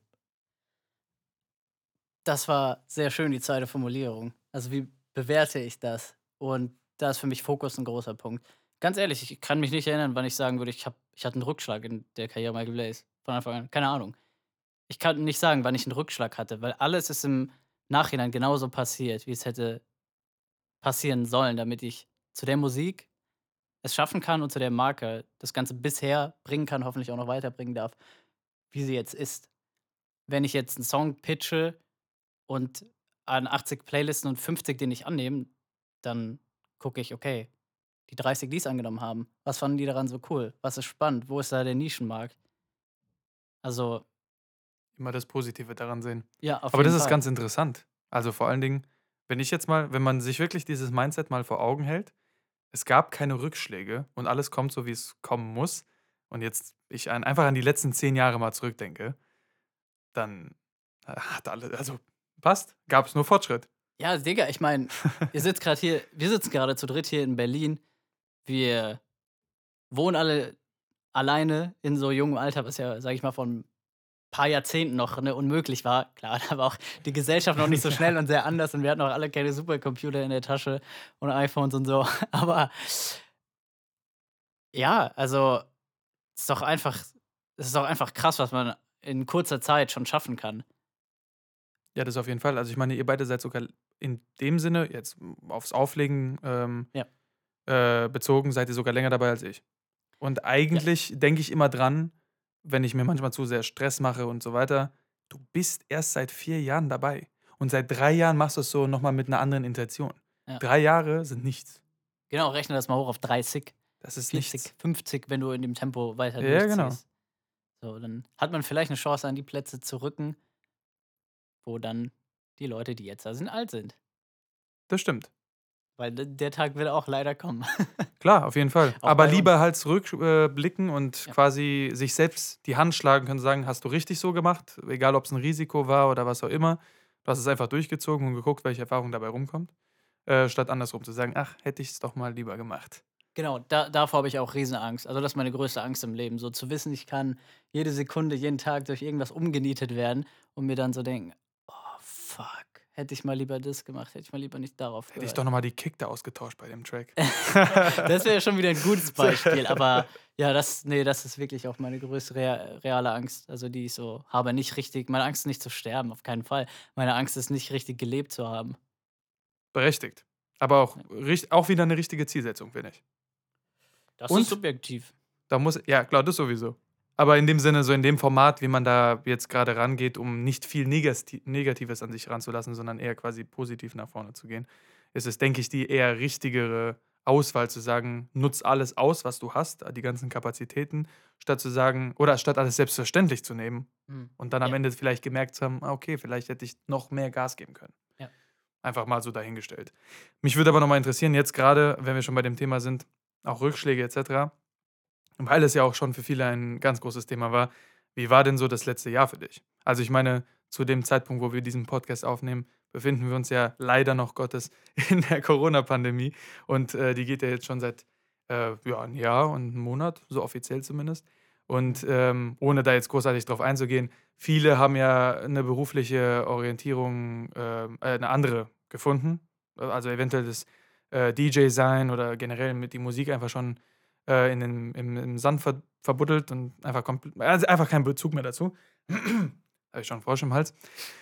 Das war sehr schön, die zweite Formulierung. Also, wie bewerte ich das? Und da ist für mich Fokus ein großer Punkt. Ganz ehrlich, ich kann mich nicht erinnern, wann ich sagen würde, ich hatte einen Rückschlag in der Karriere Michael Blaze von Anfang an. Keine Ahnung. Ich kann nicht sagen, wann ich einen Rückschlag hatte, weil alles ist im Nachhinein genauso passiert, wie es hätte passieren sollen, damit ich zu der Musik es schaffen kann und zu der Marke das Ganze bisher bringen kann, hoffentlich auch noch weiterbringen darf, wie sie jetzt ist. Wenn ich jetzt einen Song pitche und an 80 Playlisten und 50 den ich annehme, dann gucke ich, okay, die 30, die es angenommen haben, was fanden die daran so cool? Was ist spannend? Wo ist da der Nischenmarkt? Also, Immer das Positive daran sehen. ja, auf Aber das jeden ist Fall. ganz interessant. Also vor allen Dingen, wenn man sich wirklich dieses Mindset mal vor Augen hält, es gab keine Rückschläge und alles kommt so, wie es kommen muss. Und jetzt einfach an die letzten 10 Jahre mal zurückdenke, dann hat alles, also passt, gab es nur Fortschritt. Ja, Digga, ich meine, wir sitzen gerade zu dritt hier in Berlin. Wir wohnen alle alleine in so jungem Alter, was ja, sage ich mal, von ein paar Jahrzehnten noch, ne, unmöglich war. Klar, da war auch die Gesellschaft noch nicht so schnell und sehr anders und wir hatten auch alle keine Supercomputer in der Tasche und iPhones und so. Aber ja, also, es ist doch einfach es ist doch einfach krass, was man in kurzer Zeit schon schaffen kann. Ja, das auf jeden Fall. Also ich meine, ihr beide seid sogar in dem Sinne, jetzt aufs Auflegen Ja. bezogen, seid ihr sogar länger dabei als ich. Und Ja. eigentlich denke ich immer dran, wenn ich mir manchmal zu sehr Stress mache und so weiter, du bist erst seit 4 Jahren dabei. Und seit 3 Jahren machst du es so nochmal mit einer anderen Intention. Ja. 3 Jahre sind nichts. Genau, rechne das mal hoch auf 30, Das ist 40, nichts. 50, wenn du in dem Tempo weiter Ja, genau. durchziehst. So, dann hat man vielleicht eine Chance, an die Plätze zu rücken, wo dann die Leute, die jetzt da sind, alt sind. Das stimmt. Weil der Tag wird auch leider kommen. Klar, auf jeden Fall. Auch Aber bei uns. lieber halt zurückblicken und Ja. quasi sich selbst die Hand schlagen können, sagen, hast du richtig so gemacht, egal ob es ein Risiko war oder was auch immer. Du hast es einfach durchgezogen und geguckt, welche Erfahrung dabei rumkommt, statt andersrum zu sagen, ach, hätte ich es doch mal lieber gemacht. Genau, davor habe ich auch Riesenangst. Also, das ist meine größte Angst im Leben, so zu wissen, ich kann jede Sekunde, jeden Tag durch irgendwas umgenietet werden und mir dann so denken: „Oh, fuck, hätte ich mal lieber das gemacht, hätte ich mal lieber nicht darauf Hätte ich gehört.“ doch nochmal die Kick da ausgetauscht bei dem Track. Das wäre schon wieder ein gutes Beispiel, aber ja, das ist wirklich auch meine größte reale Angst, also, die ich so habe. Nicht richtig meine Angst ist nicht zu sterben, auf keinen Fall. Meine Angst ist nicht richtig gelebt zu haben. Berechtigt. Aber auch, Ja. auch wieder eine richtige Zielsetzung, finde ich. Das ist Und subjektiv. da muss, ja, klar, das sowieso. Aber in dem Sinne, so in dem Format, wie man da jetzt gerade rangeht, um nicht viel Negatives an sich ranzulassen, sondern eher quasi positiv nach vorne zu gehen, ist es, denke ich, die eher richtigere Auswahl zu sagen, nutz alles aus, was du hast, die ganzen Kapazitäten, statt zu sagen, oder statt alles selbstverständlich zu nehmen Mhm. und dann am Ja, Ende vielleicht gemerkt zu haben, okay, vielleicht hätte ich noch mehr Gas geben können. ja. Einfach mal so dahingestellt. Mich würde aber nochmal interessieren, jetzt gerade, wenn wir schon bei dem Thema sind, auch Rückschläge etc., weil es ja auch schon für viele ein ganz großes Thema war. Wie war denn so das letzte Jahr für dich? Also ich meine, zu dem Zeitpunkt, wo wir diesen Podcast aufnehmen, befinden wir uns ja leider noch Gottes in der Corona-Pandemie. Und die geht ja jetzt schon seit ja, ein Jahr und einem Monat, so offiziell zumindest. Und ohne da jetzt großartig drauf einzugehen, viele haben ja eine berufliche Orientierung, eine andere gefunden. Also eventuell das DJ sein oder generell mit die Musik einfach schon im Sand verbuddelt und also einfach keinen Bezug mehr dazu. Habe ich schon einen Frosch im Hals.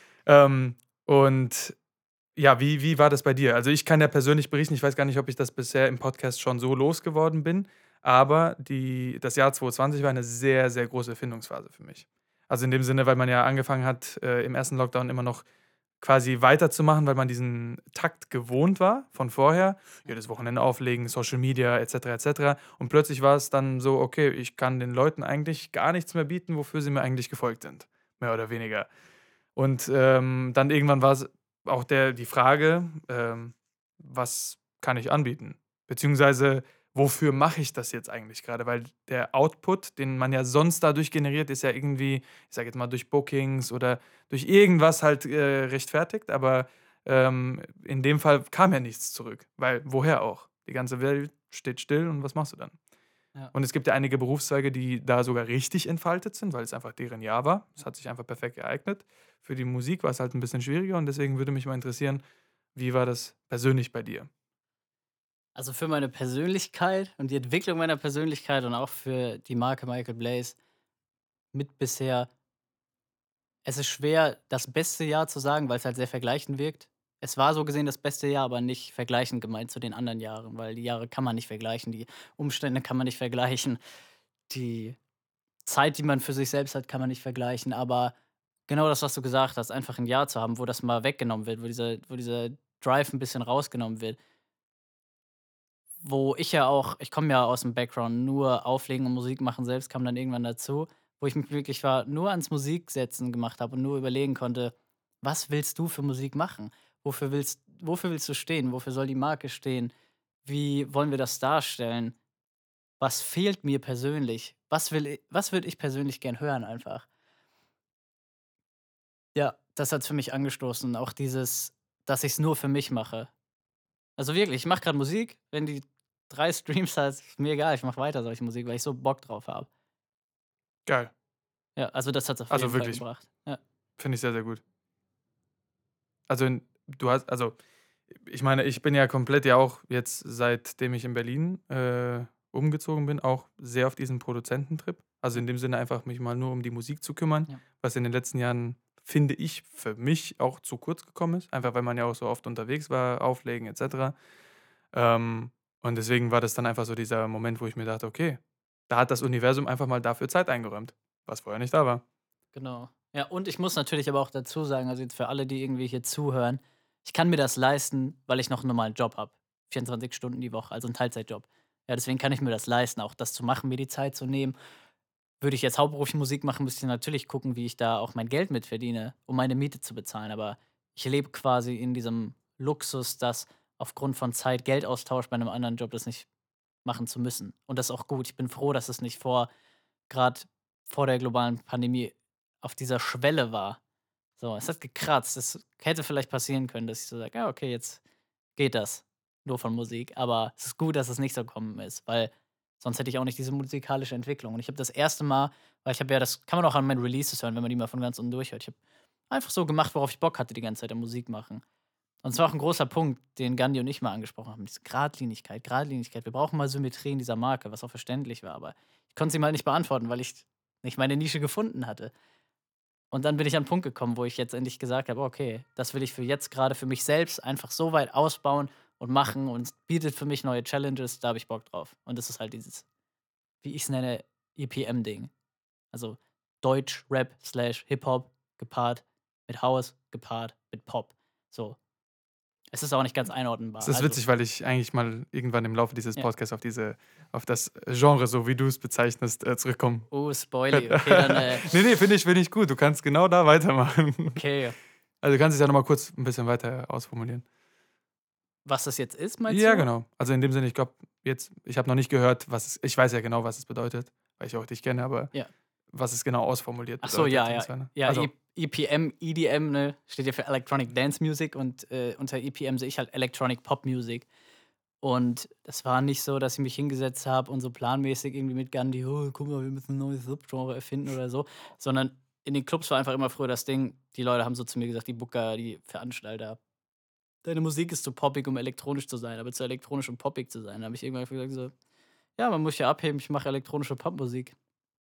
Und ja, wie war das bei dir? Also ich kann ja persönlich berichten, ich weiß gar nicht, ob ich das bisher im Podcast schon so losgeworden bin, aber das Jahr 2020 war eine sehr, sehr große Findungsphase für mich. Also in dem Sinne, weil man ja angefangen hat, im ersten Lockdown immer noch quasi weiterzumachen, weil man diesen Takt gewohnt war von vorher. Jedes Wochenende auflegen, Social Media etc. etc. Und plötzlich war es dann so, okay, ich kann den Leuten eigentlich gar nichts mehr bieten, wofür sie mir eigentlich gefolgt sind. Mehr oder weniger. Und dann irgendwann war es auch die Frage, was kann ich anbieten? Beziehungsweise, wofür mache ich das jetzt eigentlich gerade? Weil der Output, den man ja sonst dadurch generiert, ist ja irgendwie, ich sage jetzt mal, durch Bookings oder durch irgendwas halt rechtfertigt. Aber In dem Fall kam ja nichts zurück, weil woher auch? Die ganze Welt steht still und was machst du dann? Ja. Und es gibt ja einige Berufszweige, die da sogar richtig entfaltet sind, weil es einfach deren Jahr war. Es hat sich einfach perfekt geeignet. Für die Musik war es halt ein bisschen schwieriger und deswegen würde mich mal interessieren, wie war das persönlich bei dir? Also für meine Persönlichkeit und die Entwicklung meiner Persönlichkeit und auch für die Marke Michael Blaze mit bisher, es ist schwer, das beste Jahr zu sagen, weil es halt sehr vergleichend wirkt. Es war so gesehen das beste Jahr, aber nicht vergleichend gemeint zu den anderen Jahren, weil die Jahre kann man nicht vergleichen, die Umstände kann man nicht vergleichen, die Zeit, die man für sich selbst hat, kann man nicht vergleichen. Aber genau das, was du gesagt hast, einfach ein Jahr zu haben, wo das mal weggenommen wird, wo dieser Drive ein bisschen rausgenommen wird. Wo ich ja auch ich komme ja aus dem Background, nur Auflegen und Musik machen selbst kam dann irgendwann dazu, wo ich mich wirklich nur ans Musiksetzen gemacht habe und nur überlegen konnte: „Was willst du für Musik machen? Wofür willst du stehen? Wofür soll die Marke stehen? Wie wollen wir das darstellen? Was fehlt mir persönlich? Was würde ich persönlich gern hören einfach?“ Ja, das hat's für mich angestoßen, auch dieses, dass ich's nur für mich mache. Also wirklich, ich mache gerade Musik, wenn die 3 Streams hat, ist mir egal, ich mache weiter solche Musik, weil ich so Bock drauf habe. Geil. Ja, also das hat's auf jeden Also Fall wirklich, gebracht. Ja. finde ich sehr, sehr gut. Also ich meine, ich bin ja komplett ja auch jetzt, seitdem ich in Berlin umgezogen bin, auch sehr auf diesen Produzententrip. Also in dem Sinne einfach mich mal nur um die Musik zu kümmern, Ja. was in den letzten Jahren, finde ich, für mich auch zu kurz gekommen ist. Einfach weil man ja auch so oft unterwegs war, auflegen etc. Ähm, und deswegen war das dann einfach so dieser Moment, wo ich mir dachte, okay, da hat das Universum einfach mal dafür Zeit eingeräumt, was vorher nicht da war. Genau. Ja, und ich muss natürlich aber auch dazu sagen, also jetzt für alle, die irgendwie hier zuhören, ich kann mir das leisten, weil ich noch einen normalen Job habe. 24 Stunden die Woche, also 'n Teilzeitjob. Ja, deswegen kann ich mir das leisten, auch das zu machen, mir die Zeit zu nehmen. Würde ich jetzt hauptberuflich Musik machen, müsste ich natürlich gucken, wie ich da auch mein Geld mit verdiene, um meine Miete zu bezahlen. Aber ich lebe quasi in diesem Luxus, dass aufgrund von Zeit Geldaustausch bei einem anderen Job das nicht machen zu müssen. Und das ist auch gut. Ich bin froh, dass es nicht gerade vor der globalen Pandemie auf dieser Schwelle war. So, es hat gekratzt. Es hätte vielleicht passieren können, dass ich so sage: „Ja, okay, jetzt geht das nur von Musik.“ Aber es ist gut, dass es nicht so gekommen ist, weil sonst hätte ich auch nicht diese musikalische Entwicklung. Und ich habe das erste Mal, weil ich habe ja, das kann man auch an meinen Releases hören, wenn man die mal von ganz unten durchhört. Ich habe einfach so gemacht, worauf ich Bock hatte die ganze Zeit am Musik machen. Und es war auch ein großer Punkt, den Gandhi und ich mal angesprochen haben, diese Geradlinigkeit, Geradlinigkeit. Wir brauchen mal Symmetrie in dieser Marke, was auch verständlich war, aber ich konnte sie mal nicht beantworten, weil ich nicht meine Nische gefunden hatte. Und dann bin ich an 'n Punkt gekommen, wo ich jetzt endlich gesagt habe: „Okay, das will ich für jetzt gerade für mich selbst einfach so weit ausbauen und machen und es bietet für mich neue Challenges, da habe ich Bock drauf.“ Und das ist halt dieses, wie ich's nenne, EPM-Ding. Also Deutsch, Rap slash Hip-Hop gepaart mit House, gepaart mit Pop. So. Es ist auch nicht ganz Es einordnenbar. ist Also witzig, weil ich eigentlich mal irgendwann im Laufe dieses ja. Podcasts auf das Genre, so wie du es bezeichnest, zurückkommen Oh, Spoiler. könnte. Okay, dann, Ne, finde ich gut. Du kannst genau da weitermachen. okay. Also, du kannst es ja noch mal kurz ein bisschen weiter ausformulieren. Was das jetzt ist, meinst Ja, du? genau. Also, in dem Sinne, ich habe noch nicht gehört, ich weiß ja genau, was es bedeutet, weil ich auch dich kenne, aber Ja. was es genau ausformuliert Ach so, bedeutet ja, und ja. so, ne? Ja, Also EPM, EDM, ne, steht ja für Electronic Dance Music und, unter EPM sehe ich halt Electronic Pop Music. Und das war nicht so, dass ich mich hingesetzt habe und so planmäßig irgendwie mit Gandhi: „Oh, guck mal, wir müssen 'n neues Subgenre erfinden“ oder so, sondern in den Clubs war einfach immer früher das Ding, die Leute haben so zu mir gesagt, die Booker, die Veranstalter: „Deine Musik ist zu poppig, um elektronisch zu sein, aber zu elektronisch, um poppig zu sein.“ Da habe ich irgendwann gesagt so: „Ja, man muss ja abheben, ich mache elektronische Popmusik.“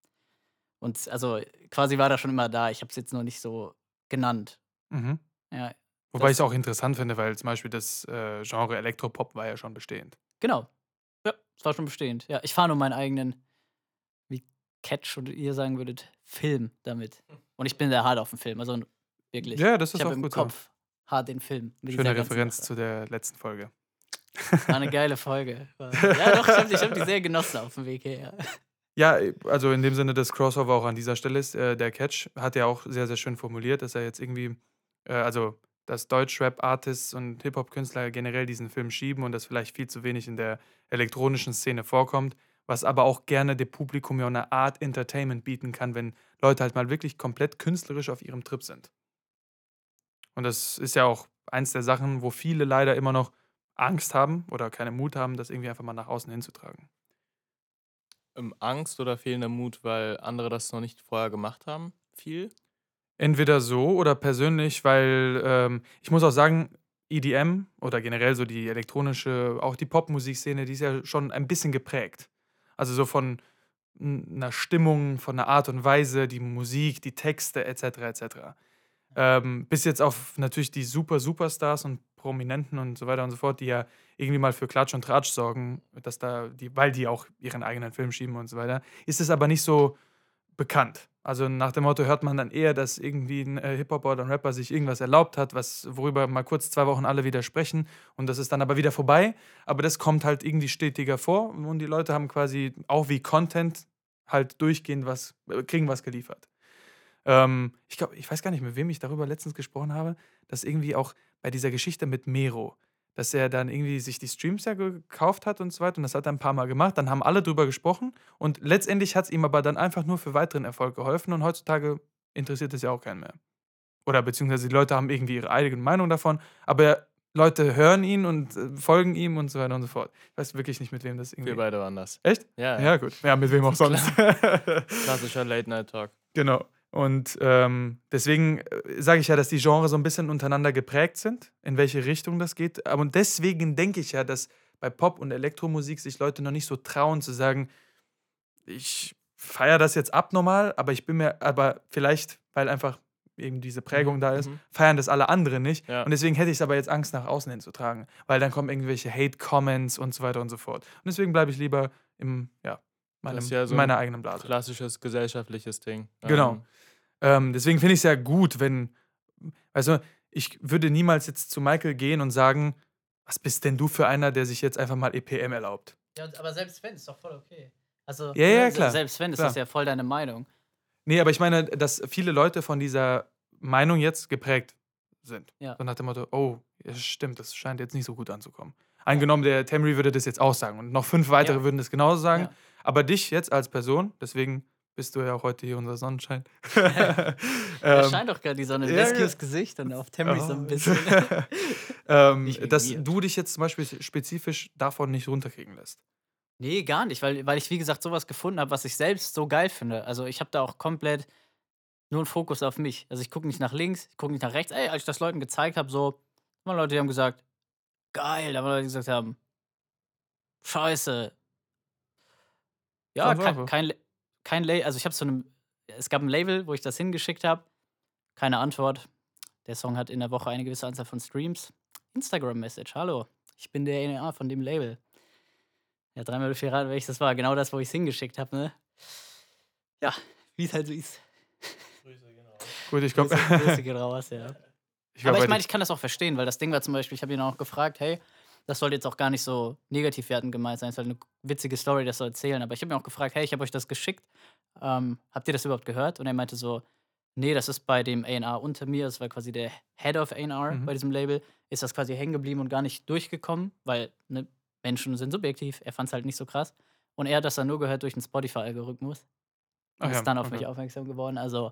Und also, quasi war das schon immer da. Ich habe es jetzt nur nicht so genannt. mhm. Ja, Wobei ich's das auch interessant finde, weil zum Beispiel das, Genre Elektropop war ja schon bestehend. genau. Ja, es war schon bestehend. Ja, ich fahre nur meinen eigenen, wie Catch oder ihr sagen würdet, Film damit. Und ich bin sehr hart auf dem Film, also wirklich. Ja, das Ich ist habe auch im gut so. Kopf hart den Film mit Schöne dieser ganzen Referenz Sache. zu der letzten Folge. War 'ne geile Folge. Ja doch, ich habe die sehr genossen auf dem Weg hierher. Ja, also in dem Sinne, das Crossover auch an dieser Stelle ist, der Catch hat ja auch sehr, sehr schön formuliert, dass er jetzt irgendwie, also dass Deutschrap-Artists und Hip-Hop-Künstler generell diesen Film schieben und das vielleicht viel zu wenig in der elektronischen Szene vorkommt, was aber auch gerne dem Publikum ja eine Art Entertainment bieten kann, wenn Leute halt mal wirklich komplett künstlerisch auf ihrem Trip sind. Und das ist ja auch eins der Sachen, wo viele leider immer noch Angst haben oder keinen Mut haben, das irgendwie einfach mal nach außen hinzutragen. Angst oder fehlender Mut, weil andere das noch nicht vorher gemacht haben? Viel? Entweder so oder persönlich, weil ich muss auch sagen, EDM oder generell so die elektronische, auch die Popmusikszene, die ist ja schon ein bisschen geprägt. Also so von einer Stimmung, von einer Art und Weise, die Musik, die Texte etc. etc. Bis jetzt auf natürlich die Superstars und Prominenten und so weiter und so fort, die ja irgendwie mal für Klatsch und Tratsch sorgen, dass da weil die auch ihren eigenen Film schieben und so weiter, ist es aber nicht so bekannt. Also nach dem Motto hört man dann eher, dass irgendwie ein Hip-Hopper oder ein Rapper sich irgendwas erlaubt hat, worüber mal kurz 2 Wochen alle wieder sprechen und das ist dann aber wieder vorbei. Aber das kommt halt irgendwie stetiger vor und die Leute haben quasi auch wie Content halt durchgehend kriegen was geliefert. Ich glaube, ich weiß gar nicht, mit wem ich darüber letztens gesprochen habe, dass irgendwie auch bei dieser Geschichte mit Mero, dass er dann irgendwie sich die Streams ja gekauft hat und so weiter und das hat er ein paar Mal gemacht. Dann haben alle drüber gesprochen und letztendlich hat es ihm aber dann einfach nur für weiteren Erfolg geholfen und heutzutage interessiert es ja auch keinen mehr. Oder beziehungsweise die Leute haben irgendwie ihre eigene Meinung davon, aber Leute hören ihn und folgen ihm und so weiter und so fort. Ich weiß wirklich nicht, mit wem das Wir irgendwie. beide waren das. Echt? Ja, Ja, ja. gut. Ja, mit wem auch sonst. Klassischer Late-Night-Talk. Genau. Und deswegen sage ich ja, dass die Genres so ein bisschen untereinander geprägt sind, in welche Richtung das geht. Und deswegen denke ich ja, dass bei Pop- und Elektromusik sich Leute noch nicht so trauen zu sagen, ich feiere das jetzt abnormal, aber vielleicht, weil einfach eben diese Prägung da ist, feiern das alle anderen nicht. Ja. Und deswegen hätte ich aber jetzt Angst, nach außen hinzutragen, weil dann kommen irgendwelche Hate-Comments und so weiter und so fort. Und deswegen bleibe ich lieber Das ist ja so in ein meiner eigenen Blase. klassisches gesellschaftliches Ding. Genau. Deswegen finde ich es ja gut, weißt du, ich würde niemals jetzt zu Michael gehen und sagen, was bist denn du für einer, der sich jetzt einfach mal EPM erlaubt? Ja, aber selbst wenn, ist doch voll okay. Also, Ja, ne, klar. selbst wenn, ist Klar. das ja voll deine Meinung. Nee, aber ich meine, dass viele Leute von dieser Meinung jetzt geprägt sind. Ja. So nach dem Motto, oh, ja, stimmt, das scheint jetzt nicht so gut anzukommen. Angenommen, der Tamry würde das jetzt auch sagen und noch 5 weitere Ja. würden das genauso sagen. Ja. Aber dich jetzt als Person, deswegen bist du ja auch heute hier unser Sonnenschein. Da ähm, scheint doch gerade die Sonne. ja, Leskis Gesicht und auf Tammy so ein bisschen. Nicht wie dass wir. du dich jetzt zum Beispiel spezifisch davon nicht runterkriegen lässt. Nee, gar nicht, weil ich, wie gesagt, sowas gefunden habe, was ich selbst so geil finde. Also ich habe da auch komplett nur einen Fokus auf mich. Also ich gucke nicht nach links, ich gucke nicht nach rechts. Ey, als ich das Leuten gezeigt habe, so, waren Leute, die haben gesagt, geil, da waren Leute, die gesagt haben, scheiße. Ja, Ganz einfach. kein Label, also ich habe es gab ein Label, wo ich das hingeschickt habe. Keine Antwort. Der Song hat in der Woche eine gewisse Anzahl von Streams. Instagram-Message, hallo, ich bin der NA von dem Label. Ja, 3 oder 4 raten, welches das war. Genau das, wo ich es hingeschickt habe, ne? Ja, wie es halt so ist. Gut, ich glaube, Grüße gehen raus, ja. glaub, Aber ich bei meine, ich kann das auch verstehen, weil das Ding war zum Beispiel, ich habe ihn auch gefragt, hey, das soll jetzt auch gar nicht so negativ wertend gemeint sein, es soll eine witzige Story, das soll erzählen. Aber ich habe ihn auch gefragt, hey, ich habe euch das geschickt, habt ihr das überhaupt gehört? Und er meinte so, nee, das ist bei dem A&R unter mir, das war quasi der Head of A&R bei diesem Label, ist das quasi hängen geblieben und gar nicht durchgekommen, weil ne, Menschen sind subjektiv, er fand es halt nicht so krass. Und er hat das dann nur gehört durch den Spotify-Algorithmus und Ach ja, ist dann auf mich okay. aufmerksam geworden, also.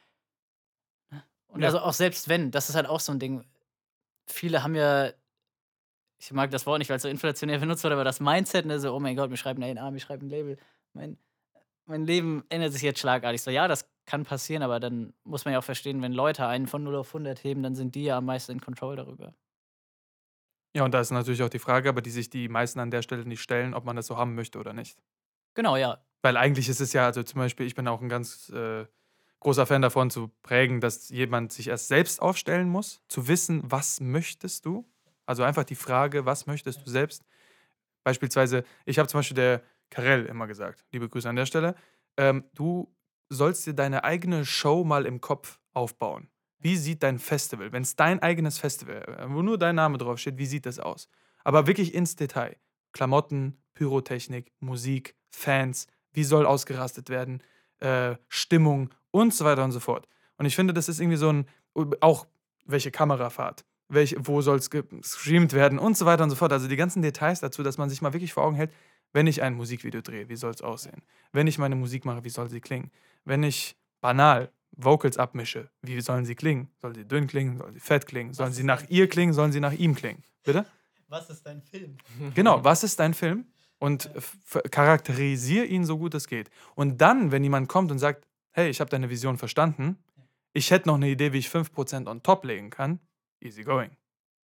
Und Ja. also auch selbst wenn, das ist halt auch so ein Ding, viele haben ja, ich mag das Wort nicht, weil es so inflationär benutzt wird, aber das Mindset, ne, so, oh mein Gott, wir schreiben ein A&R, wir schreiben ein Label. Mein Leben ändert sich jetzt schlagartig. So, ja, das kann passieren, aber dann muss man ja auch verstehen, wenn Leute einen von 0 auf 100 heben, dann sind die ja am meisten in Control darüber. Ja, und da ist natürlich auch die Frage, aber die sich die meisten an der Stelle nicht stellen, ob man das so haben möchte oder nicht. Genau, ja. Weil eigentlich ist es ja, also zum Beispiel, ich bin auch ein ganz großer Fan davon zu prägen, dass jemand sich erst selbst aufstellen muss, zu wissen, was möchtest du? Also einfach die Frage, was möchtest du selbst? Beispielsweise, ich habe zum Beispiel der Karel immer gesagt, liebe Grüße an der Stelle, du sollst dir deine eigene Show mal im Kopf aufbauen. Wie sieht dein Festival, wenn es dein eigenes Festival, wo nur dein Name drauf steht, wie sieht das aus? Aber wirklich ins Detail. Klamotten, Pyrotechnik, Musik, Fans, wie soll ausgerastet werden, Stimmung und so weiter und so fort. Und ich finde, das ist irgendwie so auch welche Kamerafahrt, wo soll es gestreamt werden und so weiter und so fort. Also die ganzen Details dazu, dass man sich mal wirklich vor Augen hält, wenn ich ein Musikvideo drehe, wie soll es aussehen? Wenn ich meine Musik mache, wie soll sie klingen? Wenn ich, banal, Vocals abmische, wie sollen sie klingen? Sollen sie dünn klingen? Sollen sie fett klingen? Sollen sie nach ihr klingen? Sollen sie nach ihm klingen? Bitte? Was ist dein Film? Genau, was ist dein Film? Und charakterisiere ihn so gut es geht. Und dann, wenn jemand kommt und sagt, hey, ich habe deine Vision verstanden, ich hätte noch eine Idee, wie ich 5% on top legen kann, easy going.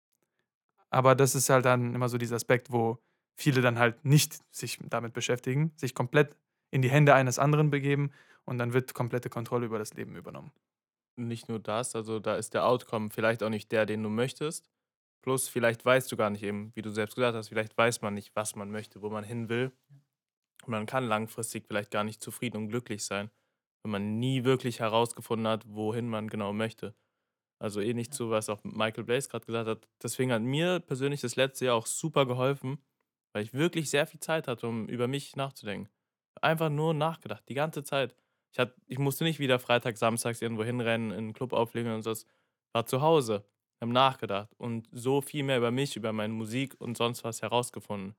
Aber das ist halt dann immer so dieser Aspekt, wo viele dann halt nicht sich damit beschäftigen, sich komplett in die Hände eines anderen begeben und dann wird komplette Kontrolle über das Leben übernommen. Nicht nur das, also da ist der Outcome vielleicht auch nicht der, den du möchtest. Plus, vielleicht weißt du gar nicht eben, wie du selbst gesagt hast, vielleicht weiß man nicht, was man möchte, wo man hin will. Und man kann langfristig vielleicht gar nicht zufrieden und glücklich sein, wenn man nie wirklich herausgefunden hat, wohin man genau möchte. Also ähnlich zu, was auch Michael Blaze gerade gesagt hat. Deswegen hat mir persönlich das letzte Jahr auch super geholfen, weil ich wirklich sehr viel Zeit hatte, um über mich nachzudenken. Einfach nur nachgedacht, die ganze Zeit. Ich musste nicht wieder Freitag, samstags irgendwo hinrennen, in 'n Club auflegen und so. War zu Hause, habe nachgedacht und so viel mehr über mich, über meine Musik und sonst was herausgefunden.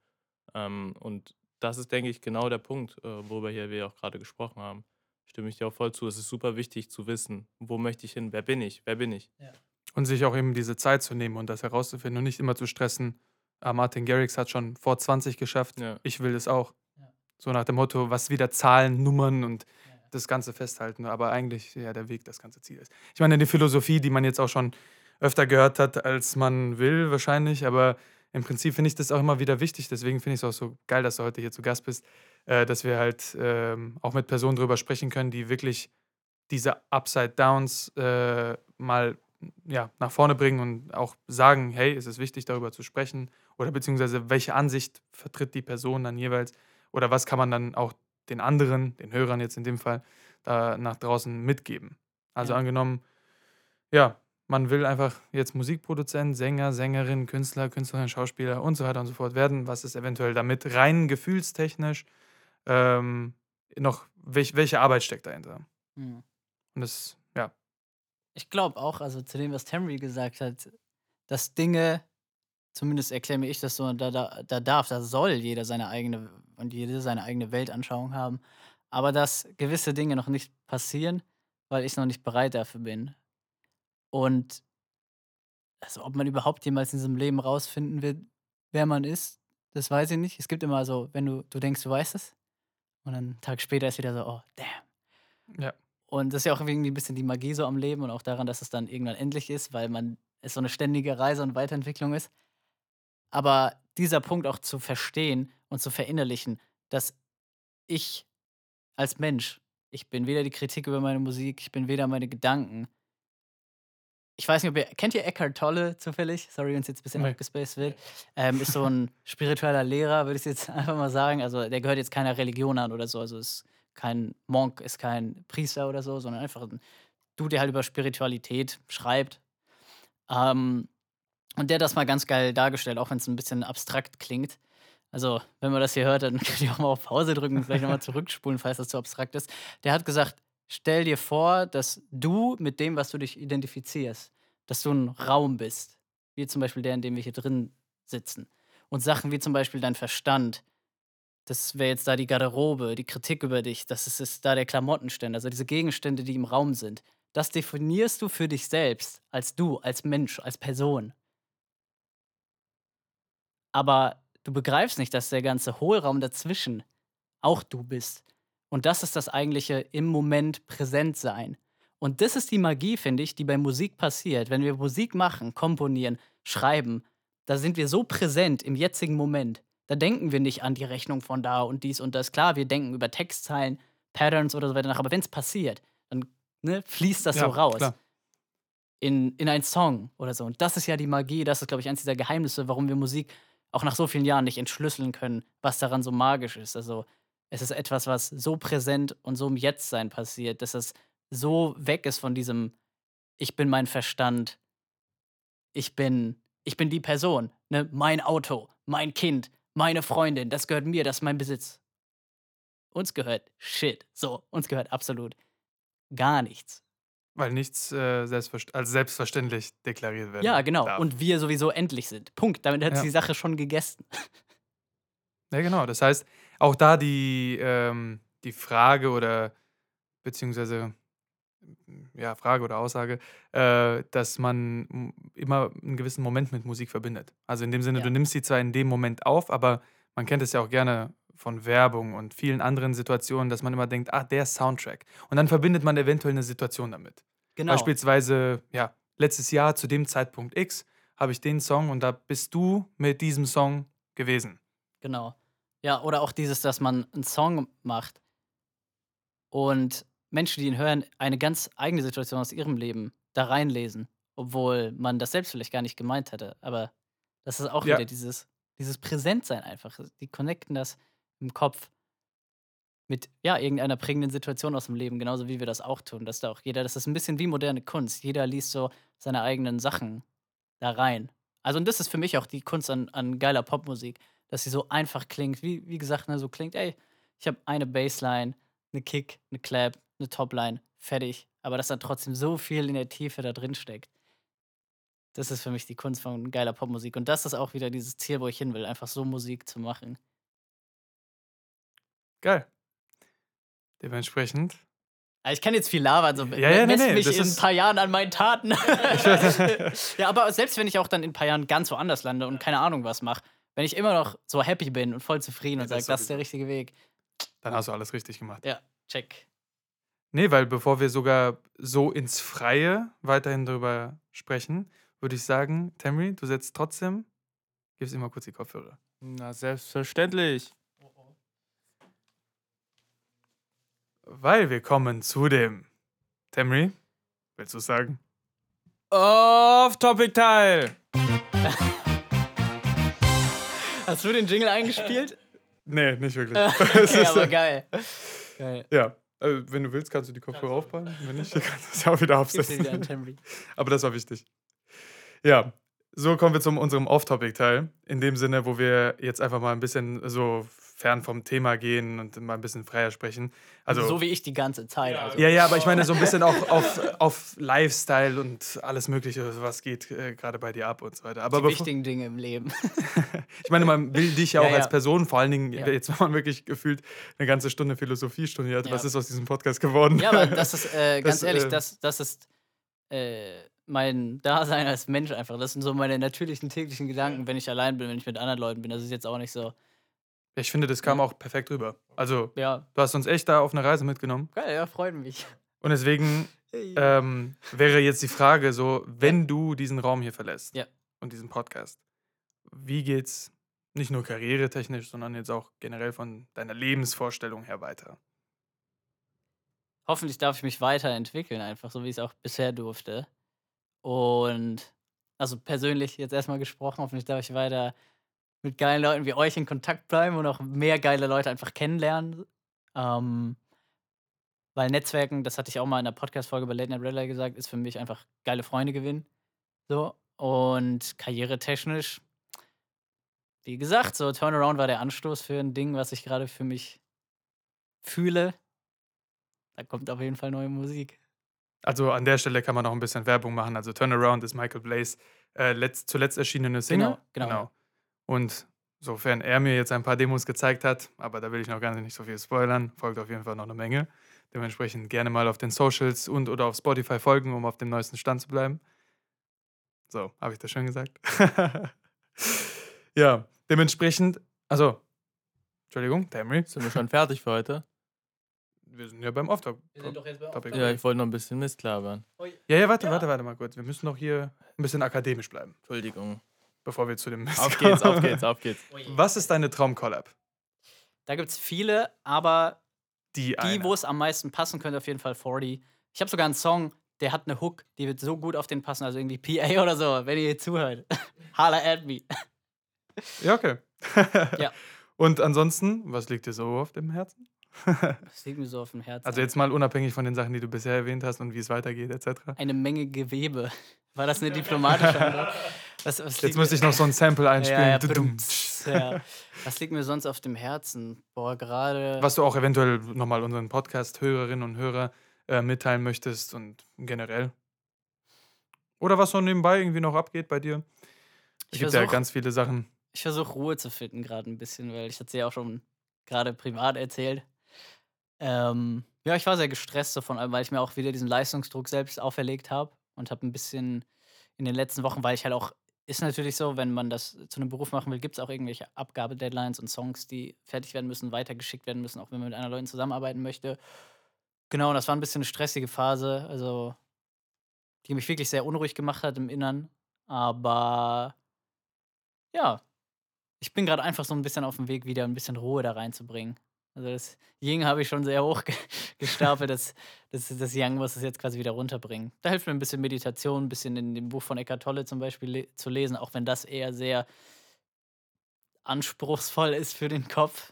Und das ist, denke ich, genau der Punkt, worüber hier wir auch gerade gesprochen haben. Stimme ich dir auch voll zu. Es ist super wichtig zu wissen, wo möchte ich hin? Wer bin ich? Wer bin ich? Und sich auch eben diese Zeit zu nehmen und das herauszufinden und nicht immer zu stressen. Martin Garrix hat schon vor 20 geschafft, Ja. ich will das auch. Ja. So nach dem Motto, was wieder Zahlen, Nummern und das Ganze festhalten, aber eigentlich ja der Weg das ganze Ziel ist. Ich meine, die Philosophie, die man jetzt auch schon öfter gehört hat, als man will wahrscheinlich, aber im Prinzip finde ich das auch immer wieder wichtig, deswegen finde ich es auch so geil, dass du heute hier zu Gast bist, dass wir halt auch mit Personen drüber sprechen können, die wirklich diese Upside-Downs mal ja, nach vorne bringen und auch sagen, hey, es ist wichtig, darüber zu sprechen oder beziehungsweise welche Ansicht vertritt die Person dann jeweils oder was kann man dann auch den anderen, den Hörern jetzt in dem Fall, da nach draußen mitgeben. Also Ja. angenommen, ja, man will einfach jetzt Musikproduzent, Sänger, Sängerin, Künstler, Künstlerin, Schauspieler und so weiter und so fort werden. Was ist eventuell damit rein gefühlstechnisch noch, welche Arbeit steckt dahinter? Hm. Und das, ja, Ich glaube auch, also zu dem, was Tamry gesagt hat, dass Dinge, zumindest erkläre mir ich das so, da soll jeder seine eigene und jede seine eigene Weltanschauung haben, aber dass gewisse Dinge noch nicht passieren, weil ich noch nicht bereit dafür bin. Und also, ob man überhaupt jemals in diesem Leben rausfinden wird, wer man ist, das weiß ich nicht. Es gibt immer so, wenn du denkst, du weißt es und dann 'n Tag später ist wieder so: „Oh, damn." ja. Und das ist ja auch irgendwie ein bisschen die Magie so am Leben und auch daran, dass es dann irgendwann endlich ist, weil es so eine ständige Reise und Weiterentwicklung ist. Aber dieser Punkt auch zu verstehen und zu verinnerlichen, dass ich als Mensch ich bin weder die Kritik über meine Musik, ich bin weder meine Gedanken. Ich weiß nicht, ob ihr kennt ihr Eckhart Tolle zufällig? Sorry, wenn's jetzt ein bisschen Ne. abgespaced wird. Ist so ein spiritueller Lehrer, würde ich jetzt einfach mal sagen. Also, der gehört jetzt keiner Religion an oder so. Also, ist kein Monk, ist kein Priester oder so, sondern einfach 'n Dude, der halt über Spiritualität schreibt. Ähm, und der hat das mal ganz geil dargestellt, auch wenn es ein bisschen abstrakt klingt. Also, wenn man das hier hört, dann könnt ihr auch mal auf Pause drücken und vielleicht noch mal zurückspulen, falls das zu abstrakt ist. Der hat gesagt: „Stell dir vor, dass du mit dem, was du dich identifizierst, dass du ein Raum bist, wie zum Beispiel der, in dem wir hier drin sitzen. Und Sachen wie zum Beispiel dein Verstand, das wäre jetzt da die Garderobe, die Kritik über dich, das ist da der Klamottenständer, also diese Gegenstände, die im Raum sind. Das definierst du für dich selbst als du, als Mensch, als Person. Aber du begreifst nicht, dass der ganze Hohlraum dazwischen auch du bist. Und das ist das eigentliche im Moment präsent sein. Und das ist die Magie, finde ich, die bei Musik passiert. Wenn wir Musik machen, komponieren, schreiben, da sind wir so präsent im jetzigen Moment. Da denken wir nicht an die Rechnung von da und dies und das. Klar, wir denken über Textzeilen, Patterns oder so weiter nach, aber wenn es passiert, dann fließt das so Ja, raus klar. in einen Song oder so. Und das ist ja die Magie, das ist, glaube ich, eins dieser Geheimnisse, warum wir Musik auch nach so vielen Jahren nicht entschlüsseln können, was daran so magisch ist. Also, es ist etwas, was so präsent und so im Jetztsein passiert, dass es so weg ist von diesem: „Ich bin mein Verstand, ich bin die Person, ne? Mein Auto, mein Kind, meine Freundin, das gehört mir, das ist mein Besitz." Uns gehört Shit. So, uns gehört absolut gar nichts. Weil nichts als selbstverständlich deklariert Ja, werden genau. darf. Und wir sowieso endlich sind. Punkt. Damit hat Ja. die Sache schon gegessen. Ja, genau. Das heißt, auch da die Frage oder beziehungsweise ja, Frage oder Aussage, dass man immer einen gewissen Moment mit Musik verbindet. Also in dem Sinne, du Ja. nimmst sie zwar in dem Moment auf, aber man kennt es ja auch gerne von Werbung und vielen anderen Situationen, dass man immer denkt, ah, der Soundtrack. Und dann verbindet man eventuell eine Situation damit. Genau. Beispielsweise, ja, letztes Jahr zu dem Zeitpunkt X habe ich den Song und da bist du mit diesem Song gewesen. Genau. Ja, oder auch dieses, dass man einen Song macht und Menschen, die ihn hören, eine ganz eigene Situation aus ihrem Leben da reinlesen, obwohl man das selbst vielleicht gar nicht gemeint hätte. Aber das ist auch Ja. wieder dieses Präsentsein einfach. Die connecten das im Kopf mit, ja, irgendeiner prägenden Situation aus dem Leben, genauso wie wir das auch tun. Dass da auch jeder, das ist ein bisschen wie moderne Kunst. Jeder liest so seine eigenen Sachen da rein. Also, und das ist für mich auch die Kunst an geiler Popmusik, dass sie so einfach klingt, wie gesagt, ne, so klingt, ey, ich habe eine Bassline, eine Kick, eine Clap, eine Topline, fertig. Aber dass dann trotzdem so viel in der Tiefe da drin steckt. Das ist für mich die Kunst von geiler Popmusik. Und das ist auch wieder dieses Ziel, wo ich hin will, einfach so Musik zu machen. Geil. Dementsprechend. Ich kann jetzt viel labern, so Ja, mess nee, mich das in ein ist- paar Jahren an meinen Taten. Ja, aber selbst wenn ich auch dann in ein paar Jahren ganz woanders lande und keine Ahnung was mache, wenn ich immer noch so happy bin und voll zufrieden Ja, und sage, das das ist der sowieso. richtige Weg. Dann hast du alles richtig gemacht. Ja, check. Nee, weil bevor wir sogar so ins Freie weiterhin drüber sprechen, würde ich sagen, Tammy, du setzt trotzdem, gibst ihm mal kurz die Kopfhörer. Na, selbstverständlich. Weil wir kommen zu dem. Tammy, willst du sagen? Off-Topic-Teil. Hast du den Jingle eingespielt? Nee, nicht wirklich. Okay, aber geil. Geil. Ja, wenn du willst, kannst du die Kopfhörer aufbauen. Wenn nicht, dann kannst du es ja auch wieder Gib's dir wieder an aufsetzen. Tamry. Aber das war wichtig. Ja, so kommen wir zu unserem Off-Topic-Teil. In dem Sinne, wo wir jetzt einfach mal ein bisschen so fern vom Thema gehen und mal ein bisschen freier sprechen. Also, So wie ich die ganze Zeit. Also. ja, aber ich meine so ein bisschen auch auf Lifestyle und alles Mögliche, was geht gerade bei dir ab und so weiter. Aber Die wichtigen Dinge im Leben. ich meine, man will dich ja Ja, auch ja. als Person, vor allen Dingen Ja. jetzt, wenn man wirklich gefühlt eine ganze Stunde Philosophiestunde hat, Ja. was ist aus diesem Podcast geworden? Ja, aber das ist, ganz Das, ehrlich, äh, das ist mein Dasein als Mensch einfach. Das sind so meine natürlichen täglichen Gedanken, wenn ich allein bin, wenn ich mit anderen Leuten bin. Das ist jetzt auch nicht so, Ich finde, das kam auch perfekt rüber. Also, ja, du hast uns echt da auf eine Reise mitgenommen. geil, ja, freut mich. Und deswegen wäre jetzt die Frage so, wenn du diesen Raum hier verlässt Ja. und diesen Podcast, wie geht's nicht nur karrieretechnisch, sondern jetzt auch generell von deiner Lebensvorstellung her weiter? Hoffentlich darf ich mich weiterentwickeln, einfach so wie ich es auch bisher durfte. Und also persönlich jetzt erstmal gesprochen, hoffentlich darf ich weiter mit geilen Leuten wie euch in Kontakt bleiben und auch mehr geile Leute einfach kennenlernen. Weil Netzwerken, das hatte ich auch mal in der Podcast-Folge bei Late Night Red Light gesagt, ist für mich einfach geile Freunde gewinnen. So. Und karrieretechnisch, wie gesagt, so Turnaround war der Anstoß für ein Ding, was ich gerade für mich fühle. Da kommt auf jeden Fall neue Musik. Also an der Stelle kann man noch ein bisschen Werbung machen. Also Turnaround ist Michael Blaze zuletzt erschienene Single. Genau. Und sofern er mir jetzt ein paar Demos gezeigt hat, aber da will ich noch gar nicht so viel spoilern, folgt auf jeden Fall noch eine Menge. Dementsprechend gerne mal auf den Socials und oder auf Spotify folgen, um auf dem neuesten Stand zu bleiben. So, habe ich das schön gesagt? Ja, dementsprechend, also, Entschuldigung, Tammy, Sind wir schon fertig für heute? wir sind ja beim Off-Topic. jetzt Topic. Ja, ich wollte noch ein bisschen Mist labern. Ja, warte mal kurz. Wir müssen noch hier ein bisschen akademisch bleiben, Entschuldigung. bevor wir zu dem Mist Auf kommen. geht's, auf geht's, auf geht's. Was ist deine Traum-Collab? Da gibt es viele, aber Die die, wo es am meisten passen könnte, auf jeden Fall 40. Ich habe sogar einen Song, der hat eine Hook, die wird so gut auf den passen, also irgendwie PA oder so, wenn ihr hier zuhört. Holla at me. Ja, okay. Ja. Und ansonsten, was liegt dir so auf dem Herzen? Das liegt mir so auf dem Herzen. Also jetzt mal unabhängig von den Sachen, die du bisher erwähnt hast und wie es weitergeht, etc. Eine Menge Gewebe. War das eine diplomatische Antwort? Was Jetzt liegt müsste ich noch so ein Sample einspielen. ja, Dudum. ja. Was liegt mir sonst auf dem Herzen? Boah, gerade. Was du auch eventuell nochmal unseren Podcast-Hörerinnen und Hörer mitteilen möchtest und generell. Oder was so nebenbei irgendwie noch abgeht bei dir. Es Ich gibt ja versuch- ganz viele Sachen. Ich versuche Ruhe zu finden gerade ein bisschen, weil ich hatte ja auch schon gerade privat erzählt. Ja, ich war sehr gestresst so von allem, weil ich mir auch wieder diesen Leistungsdruck selbst auferlegt habe und habe ein bisschen in den letzten Wochen, weil ich halt auch ist natürlich so, wenn man das zu einem Beruf machen will, gibt es auch irgendwelche Abgabedeadlines und Songs, die fertig werden müssen, weitergeschickt werden müssen, auch wenn man mit anderen Leuten zusammenarbeiten möchte. Genau, und das war ein bisschen 'ne stressige Phase, also, die mich wirklich sehr unruhig gemacht hat im Inneren. Aber ja, ich bin gerade einfach so ein bisschen auf dem Weg, wieder ein bisschen Ruhe da reinzubringen. Also, das Yin habe ich schon sehr hoch ge gestapelt, das Yang muss es jetzt quasi wieder runterbringen. Da hilft mir ein bisschen Meditation, ein bisschen in dem Buch von Eckhart Tolle zum Beispiel zu lesen, auch wenn das eher sehr anspruchsvoll ist für den Kopf.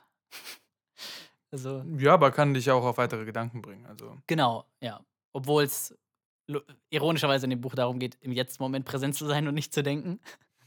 Also, Ja, aber kann dich ja auch auf weitere Gedanken bringen. Also, genau, ja. Obwohl's ironischerweise in dem Buch darum geht, im Jetzt-Moment präsent zu sein und nicht zu denken.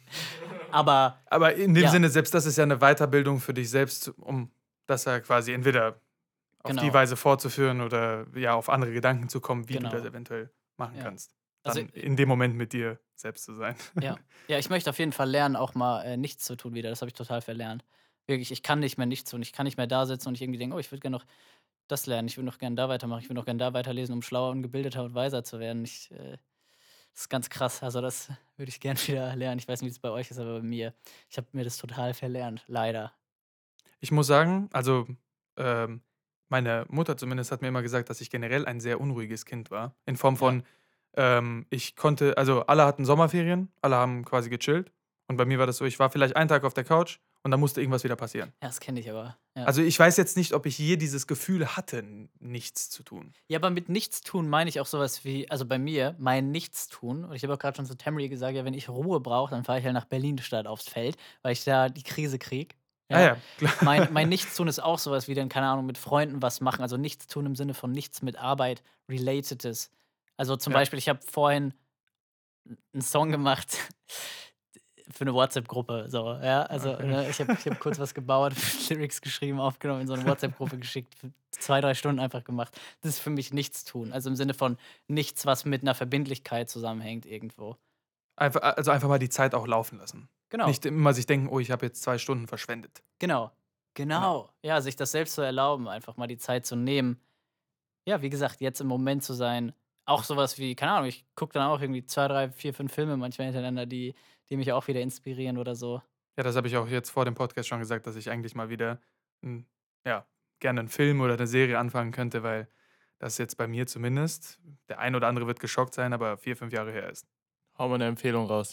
Aber aber in dem ja, Sinne, selbst das ist ja eine Weiterbildung für dich selbst, um das ja quasi entweder auf die genau, Weise fortzuführen oder ja auf andere Gedanken zu kommen, wie du das genau, eventuell machen ja. kannst. Also, Dann in dem Moment mit dir selbst zu sein. ja. Ja, ich möchte auf jeden Fall lernen, auch mal, nichts zu tun wieder. Das habe ich total verlernt. Wirklich, ich kann nicht mehr nichts tun. Ich kann nicht mehr da sitzen und ich irgendwie denke: „Oh, ich würde gerne noch das lernen. Ich würde noch gerne da weitermachen. Ich würde noch gerne da weiterlesen, um schlauer und gebildeter und weiser zu werden.“ Das ist ganz krass. Also, das würde ich gern wieder lernen. Ich weiß nicht, wie es bei euch ist, aber bei mir ich habe mir das total verlernt, leider. Ich muss sagen, also, ähm, meine Mutter zumindest hat mir immer gesagt, dass ich generell ein sehr unruhiges Kind war. In Form Ja. von, ich konnte also, alle hatten Sommerferien, alle haben quasi gechillt und bei mir war das so, ich war vielleicht einen Tag auf der Couch und dann musste irgendwas wieder passieren. Ja, das kenne ich aber, ja. Also, ich weiß jetzt nicht, ob ich je dieses Gefühl hatte, nichts zu tun. Ja, aber mit Nichtstun meine ich auch sowas wie also, bei mir, mein Nichtstun und ich habe auch gerade schon zu Tamry gesagt, ja, wenn ich Ruhe brauche, dann fahre ich halt nach Berlin statt aufs Feld, weil ich da die Krise kriege, Ah ja. ja, klar. Mein Nichtstun ist auch sowas wie dann, keine Ahnung, mit Freunden was machen, also, Nichtstun im Sinne von nichts mit Arbeit Relatedes. Also, zum Ja, Beispiel, ich habe vorhin 'n Song gemacht für 'ne WhatsApp-Gruppe, so, ja. Also, okay. ne, ich habe kurz was gebaut, Lyrics geschrieben, aufgenommen, in so 'ne WhatsApp-Gruppe geschickt, für 2, 3 Stunden einfach gemacht. Das ist für mich Nichtstun, also im Sinne von nichts, was mit 'ner Verbindlichkeit zusammenhängt irgendwo. Einfach mal die Zeit auch laufen lassen. Genau, Nicht immer sich denken: „Oh, ich habe jetzt 2 Stunden verschwendet.“ genau, Genau. genau. Ja, sich das selbst zu erlauben, einfach mal die Zeit zu nehmen. Ja, wie gesagt, jetzt im Moment zu sein. Auch so was wie, keine Ahnung, ich gucke dann auch irgendwie 2, 3, 4, 5 Filme manchmal hintereinander, die mich auch wieder inspirieren oder so. Ja, das habe ich auch jetzt vor dem Podcast schon gesagt, dass ich eigentlich mal wieder, hm, ja, gerne einen Film oder eine Serie anfangen könnte, weil das jetzt bei mir zumindest der ein oder andere wird geschockt sein, aber 4, 5 Jahre her ist. Hau mal eine Empfehlung raus.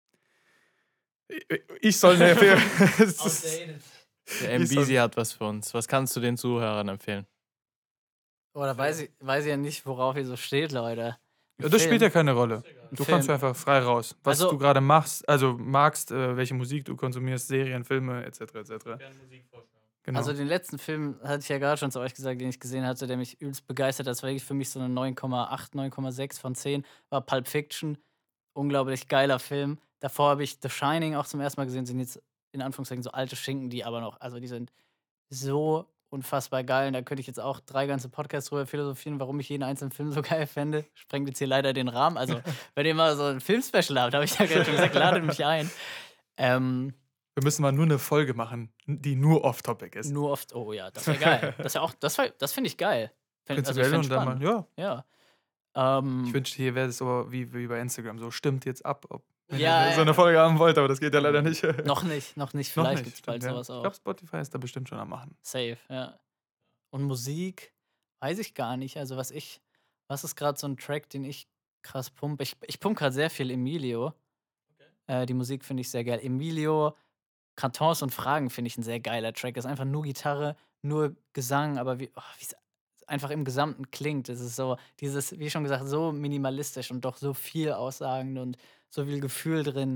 Ich soll 'ne Empfehlung Outdated. Der ich soll MBZ hat was für uns. Was kannst du den Zuhörern empfehlen? Oh, da weiß ich ja nicht, worauf ihr so steht, Leute. 'N ja, das spielt ja Film keine Rolle. 'n Du kannst Film. ja einfach frei raus, was du Also grade machst also magst, welche Musik du konsumierst, Serien, Filme et cetera et cetera. Genau. also, den letzten Film hatte ich ja grad schon zu euch gesagt, den ich gesehen hatte, der mich übelst begeistert hat. Das war wirklich für mich so 'ne 9,8, 9,6 von 10, war Pulp Fiction. Unglaublich geiler Film. Davor habe ich The Shining auch zum ersten Mal gesehen, sind jetzt in Anführungszeichen so alte Schinken, die aber noch also, die sind so unfassbar geil und da könnte ich jetzt auch 3 ganze Podcasts drüber philosophieren, warum ich jeden einzelnen Film so geil fände. Sprengt jetzt hier leider den Rahmen. Also, wenn ihr mal so 'n Filmspecial habt, habe ich ja grad schon gesagt, ladet mich ein. Ähm, Wir müssen mal nur 'ne Folge machen, die nur off topic ist. nur oft oh ja, das wäre geil. Das wäre auch das finde ich geil. Ich Prinzipiell fände und dann mal spannend. ja. Ja. Ich wünschte, hier wäre es so wie bei Instagram, so stimmt jetzt ab, ob wenn Ja, ihr so 'ne Folge haben wollt, aber das geht ja leider nicht. noch nicht, noch nicht. Noch Vielleicht nicht, gibt's bald stimmt, ja. sowas Ich auch. glaube, Spotify ist da bestimmt schon am Machen. Safe, ja. Und Musik weiß ich gar nicht. Also, was ist gerade so ein Track, den ich krass pumpe? Ich pumpe gerade sehr viel Emilio. Die Musik finde ich sehr geil. Emilio, Cantons und Fragen finde ich ein sehr geiler Track. Das ist einfach nur Gitarre, nur Gesang, aber wie's einfach im Gesamten klingt. Es ist so dieses, wie schon gesagt, so minimalistisch und doch so viel aussagend und so viel Gefühl drin.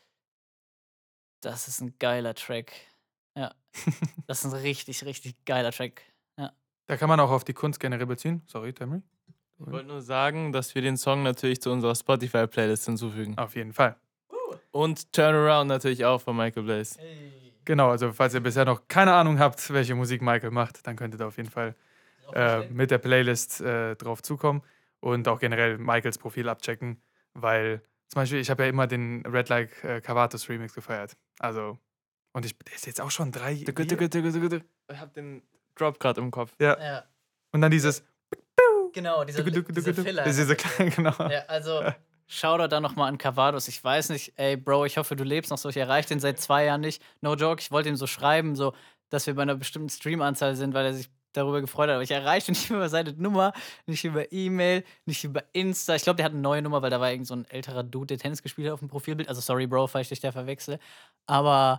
Das ist ein geiler Track. Ja, das ist ein richtig, richtig geiler Track. Ja. Da kann man auch auf die Kunst generell beziehen. Sorry, Tammy. Ich wollte nur sagen, dass wir den Song natürlich zu unserer Spotify-Playlist hinzufügen. Auf jeden Fall. Und Turnaround natürlich auch von Michael Blaze. Genau, also falls ihr bisher noch keine Ahnung habt, welche Musik Michael macht, dann könnt ihr da auf jeden Fall mit der Playlist drauf zukommen und auch generell Michaels Profil abchecken, weil zum Beispiel, ich habe ja immer den Red Like Cavatos Remix gefeiert. Also, und der ist jetzt auch schon 3 Ich hab den Drop gerade im Kopf. Ja, Ja. Und dann dieses Genau, diese Filler. diese kleinen, genau. Ja, also Shoutout dann nochmal an Cavados. Ich weiß nicht, ey, Bro, ich hoffe, du lebst noch so. Ich erreiche den seit 2 Jahren nicht. No joke, ich wollte ihm so schreiben, so, dass wir bei einer bestimmten Streamanzahl sind, weil er sich darüber gefreut hat. Aber ich erreiche ihn nicht über seine Nummer, nicht über E-Mail, nicht über Insta. Ich glaube, der hat eine neue Nummer, weil da war irgend so ein älterer Dude, der Tennis gespielt hat auf dem Profilbild. Also sorry, Bro, falls ich dich da verwechsel. Aber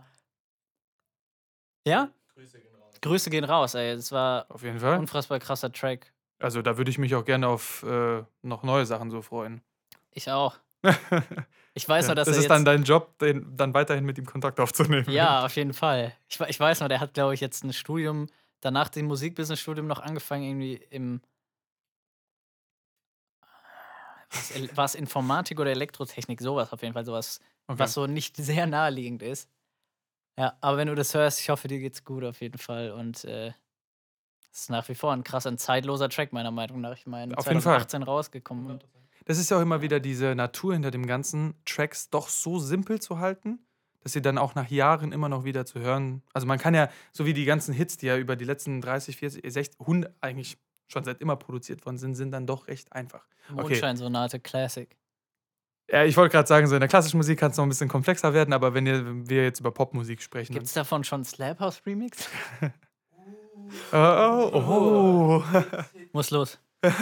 ja, Grüße gehen raus, ey. Das war Auf jeden ein Fall. unfassbar krasser Track. Also da würde ich mich auch gerne auf noch neue Sachen so freuen. Ich auch. Ich weiß Ja, noch, dass das er ist jetzt dann dein Job, dann weiterhin mit ihm Kontakt aufzunehmen. Ja, auf jeden Fall. Ich weiß noch, der hat, glaube ich, jetzt ein Studium, danach dem Musikbusiness-Studium noch angefangen, irgendwie im. War es Informatik oder Elektrotechnik? Sowas, auf jeden Fall, sowas, Okay. was so nicht sehr naheliegend ist. Ja, aber wenn du das hörst, ich hoffe, dir geht's gut auf jeden Fall. Und es ist nach wie vor ein krasser, ein zeitloser Track, meiner Meinung nach. Ich meine, Auf jeden Fall. 2018 rausgekommen. Und Das ist ja auch immer wieder diese Natur hinter dem ganzen, Tracks doch so simpel zu halten, dass sie dann auch nach Jahren immer noch wieder zu hören. Also man kann ja, so wie die ganzen Hits, die ja über die letzten 30, 40, 60, 100 eigentlich schon seit immer produziert worden sind dann doch recht einfach. Mondscheinsonate Classic. Ja, ich wollte gerade sagen, so in der klassischen Musik kann es noch ein bisschen komplexer werden, aber wenn wir jetzt über Popmusik sprechen. Gibt's davon schon Slap House Remix? Oh. Muss los.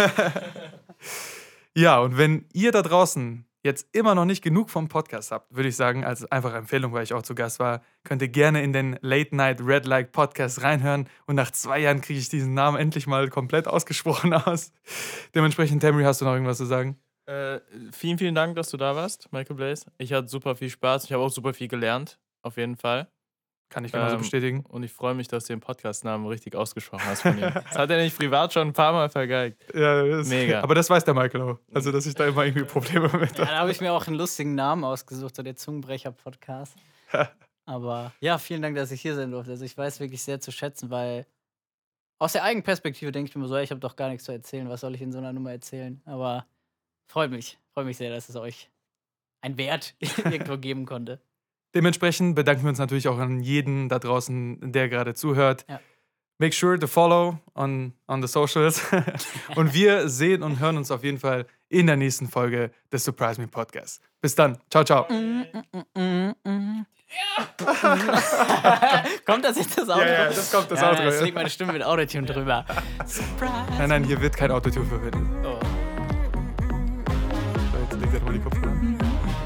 Ja, und wenn ihr da draußen jetzt immer noch nicht genug vom Podcast habt, würde ich sagen, als einfache Empfehlung, weil ich auch zu Gast war, könnt ihr gerne in den Late Night Red Light Podcast reinhören. Und nach 2 Jahren kriege ich diesen Namen endlich mal komplett ausgesprochen aus. Dementsprechend, Tammy, hast du noch irgendwas zu sagen? Vielen, vielen Dank, dass du da warst, Michael Blaze. Ich hatte super viel Spaß. Ich habe auch super viel gelernt, auf jeden Fall. Kann ich genauso bestätigen. Und ich freue mich, dass du den Podcast-Namen richtig ausgesprochen hast von ihm. Das hat er nicht privat schon ein paar Mal vergeigt. Ja, Mega. Aber das weiß der Michael auch. Also, dass ich da immer irgendwie Probleme mit Ja, habe. da habe ich mir auch einen lustigen Namen ausgesucht, so der Zungenbrecher-Podcast. Aber ja, vielen Dank, dass ich hier sein durfte. Also ich weiß wirklich sehr zu schätzen, weil aus der Eigenperspektive denke ich mir so, ey, ich habe doch gar nichts zu erzählen. Was soll ich in so einer Nummer erzählen? Aber freut mich sehr, dass es euch einen Wert irgendwo geben konnte. Dementsprechend bedanken wir uns natürlich auch an jeden da draußen, der gerade zuhört. Ja. Make sure to follow on the socials. Und wir sehen und hören uns auf jeden Fall in der nächsten Folge des Surprise Me Podcasts. Bis dann. Ciao, ciao. Kommt das jetzt das Auto? Ja, das kommt das Ja, Outro. jetzt legt meine Stimme mit Autotune drüber. Surprise. Nein, hier wird kein Autotune verwendet. Oh. So, jetzt legt er mal die Kopfhörer an.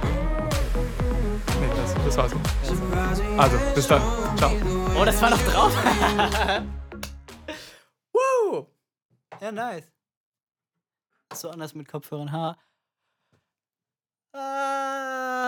Nee, das war's. Also, bis dann. Ciao. Oh, das war noch drauf. Woo! Ja, nice. So anders mit Kopfhörern.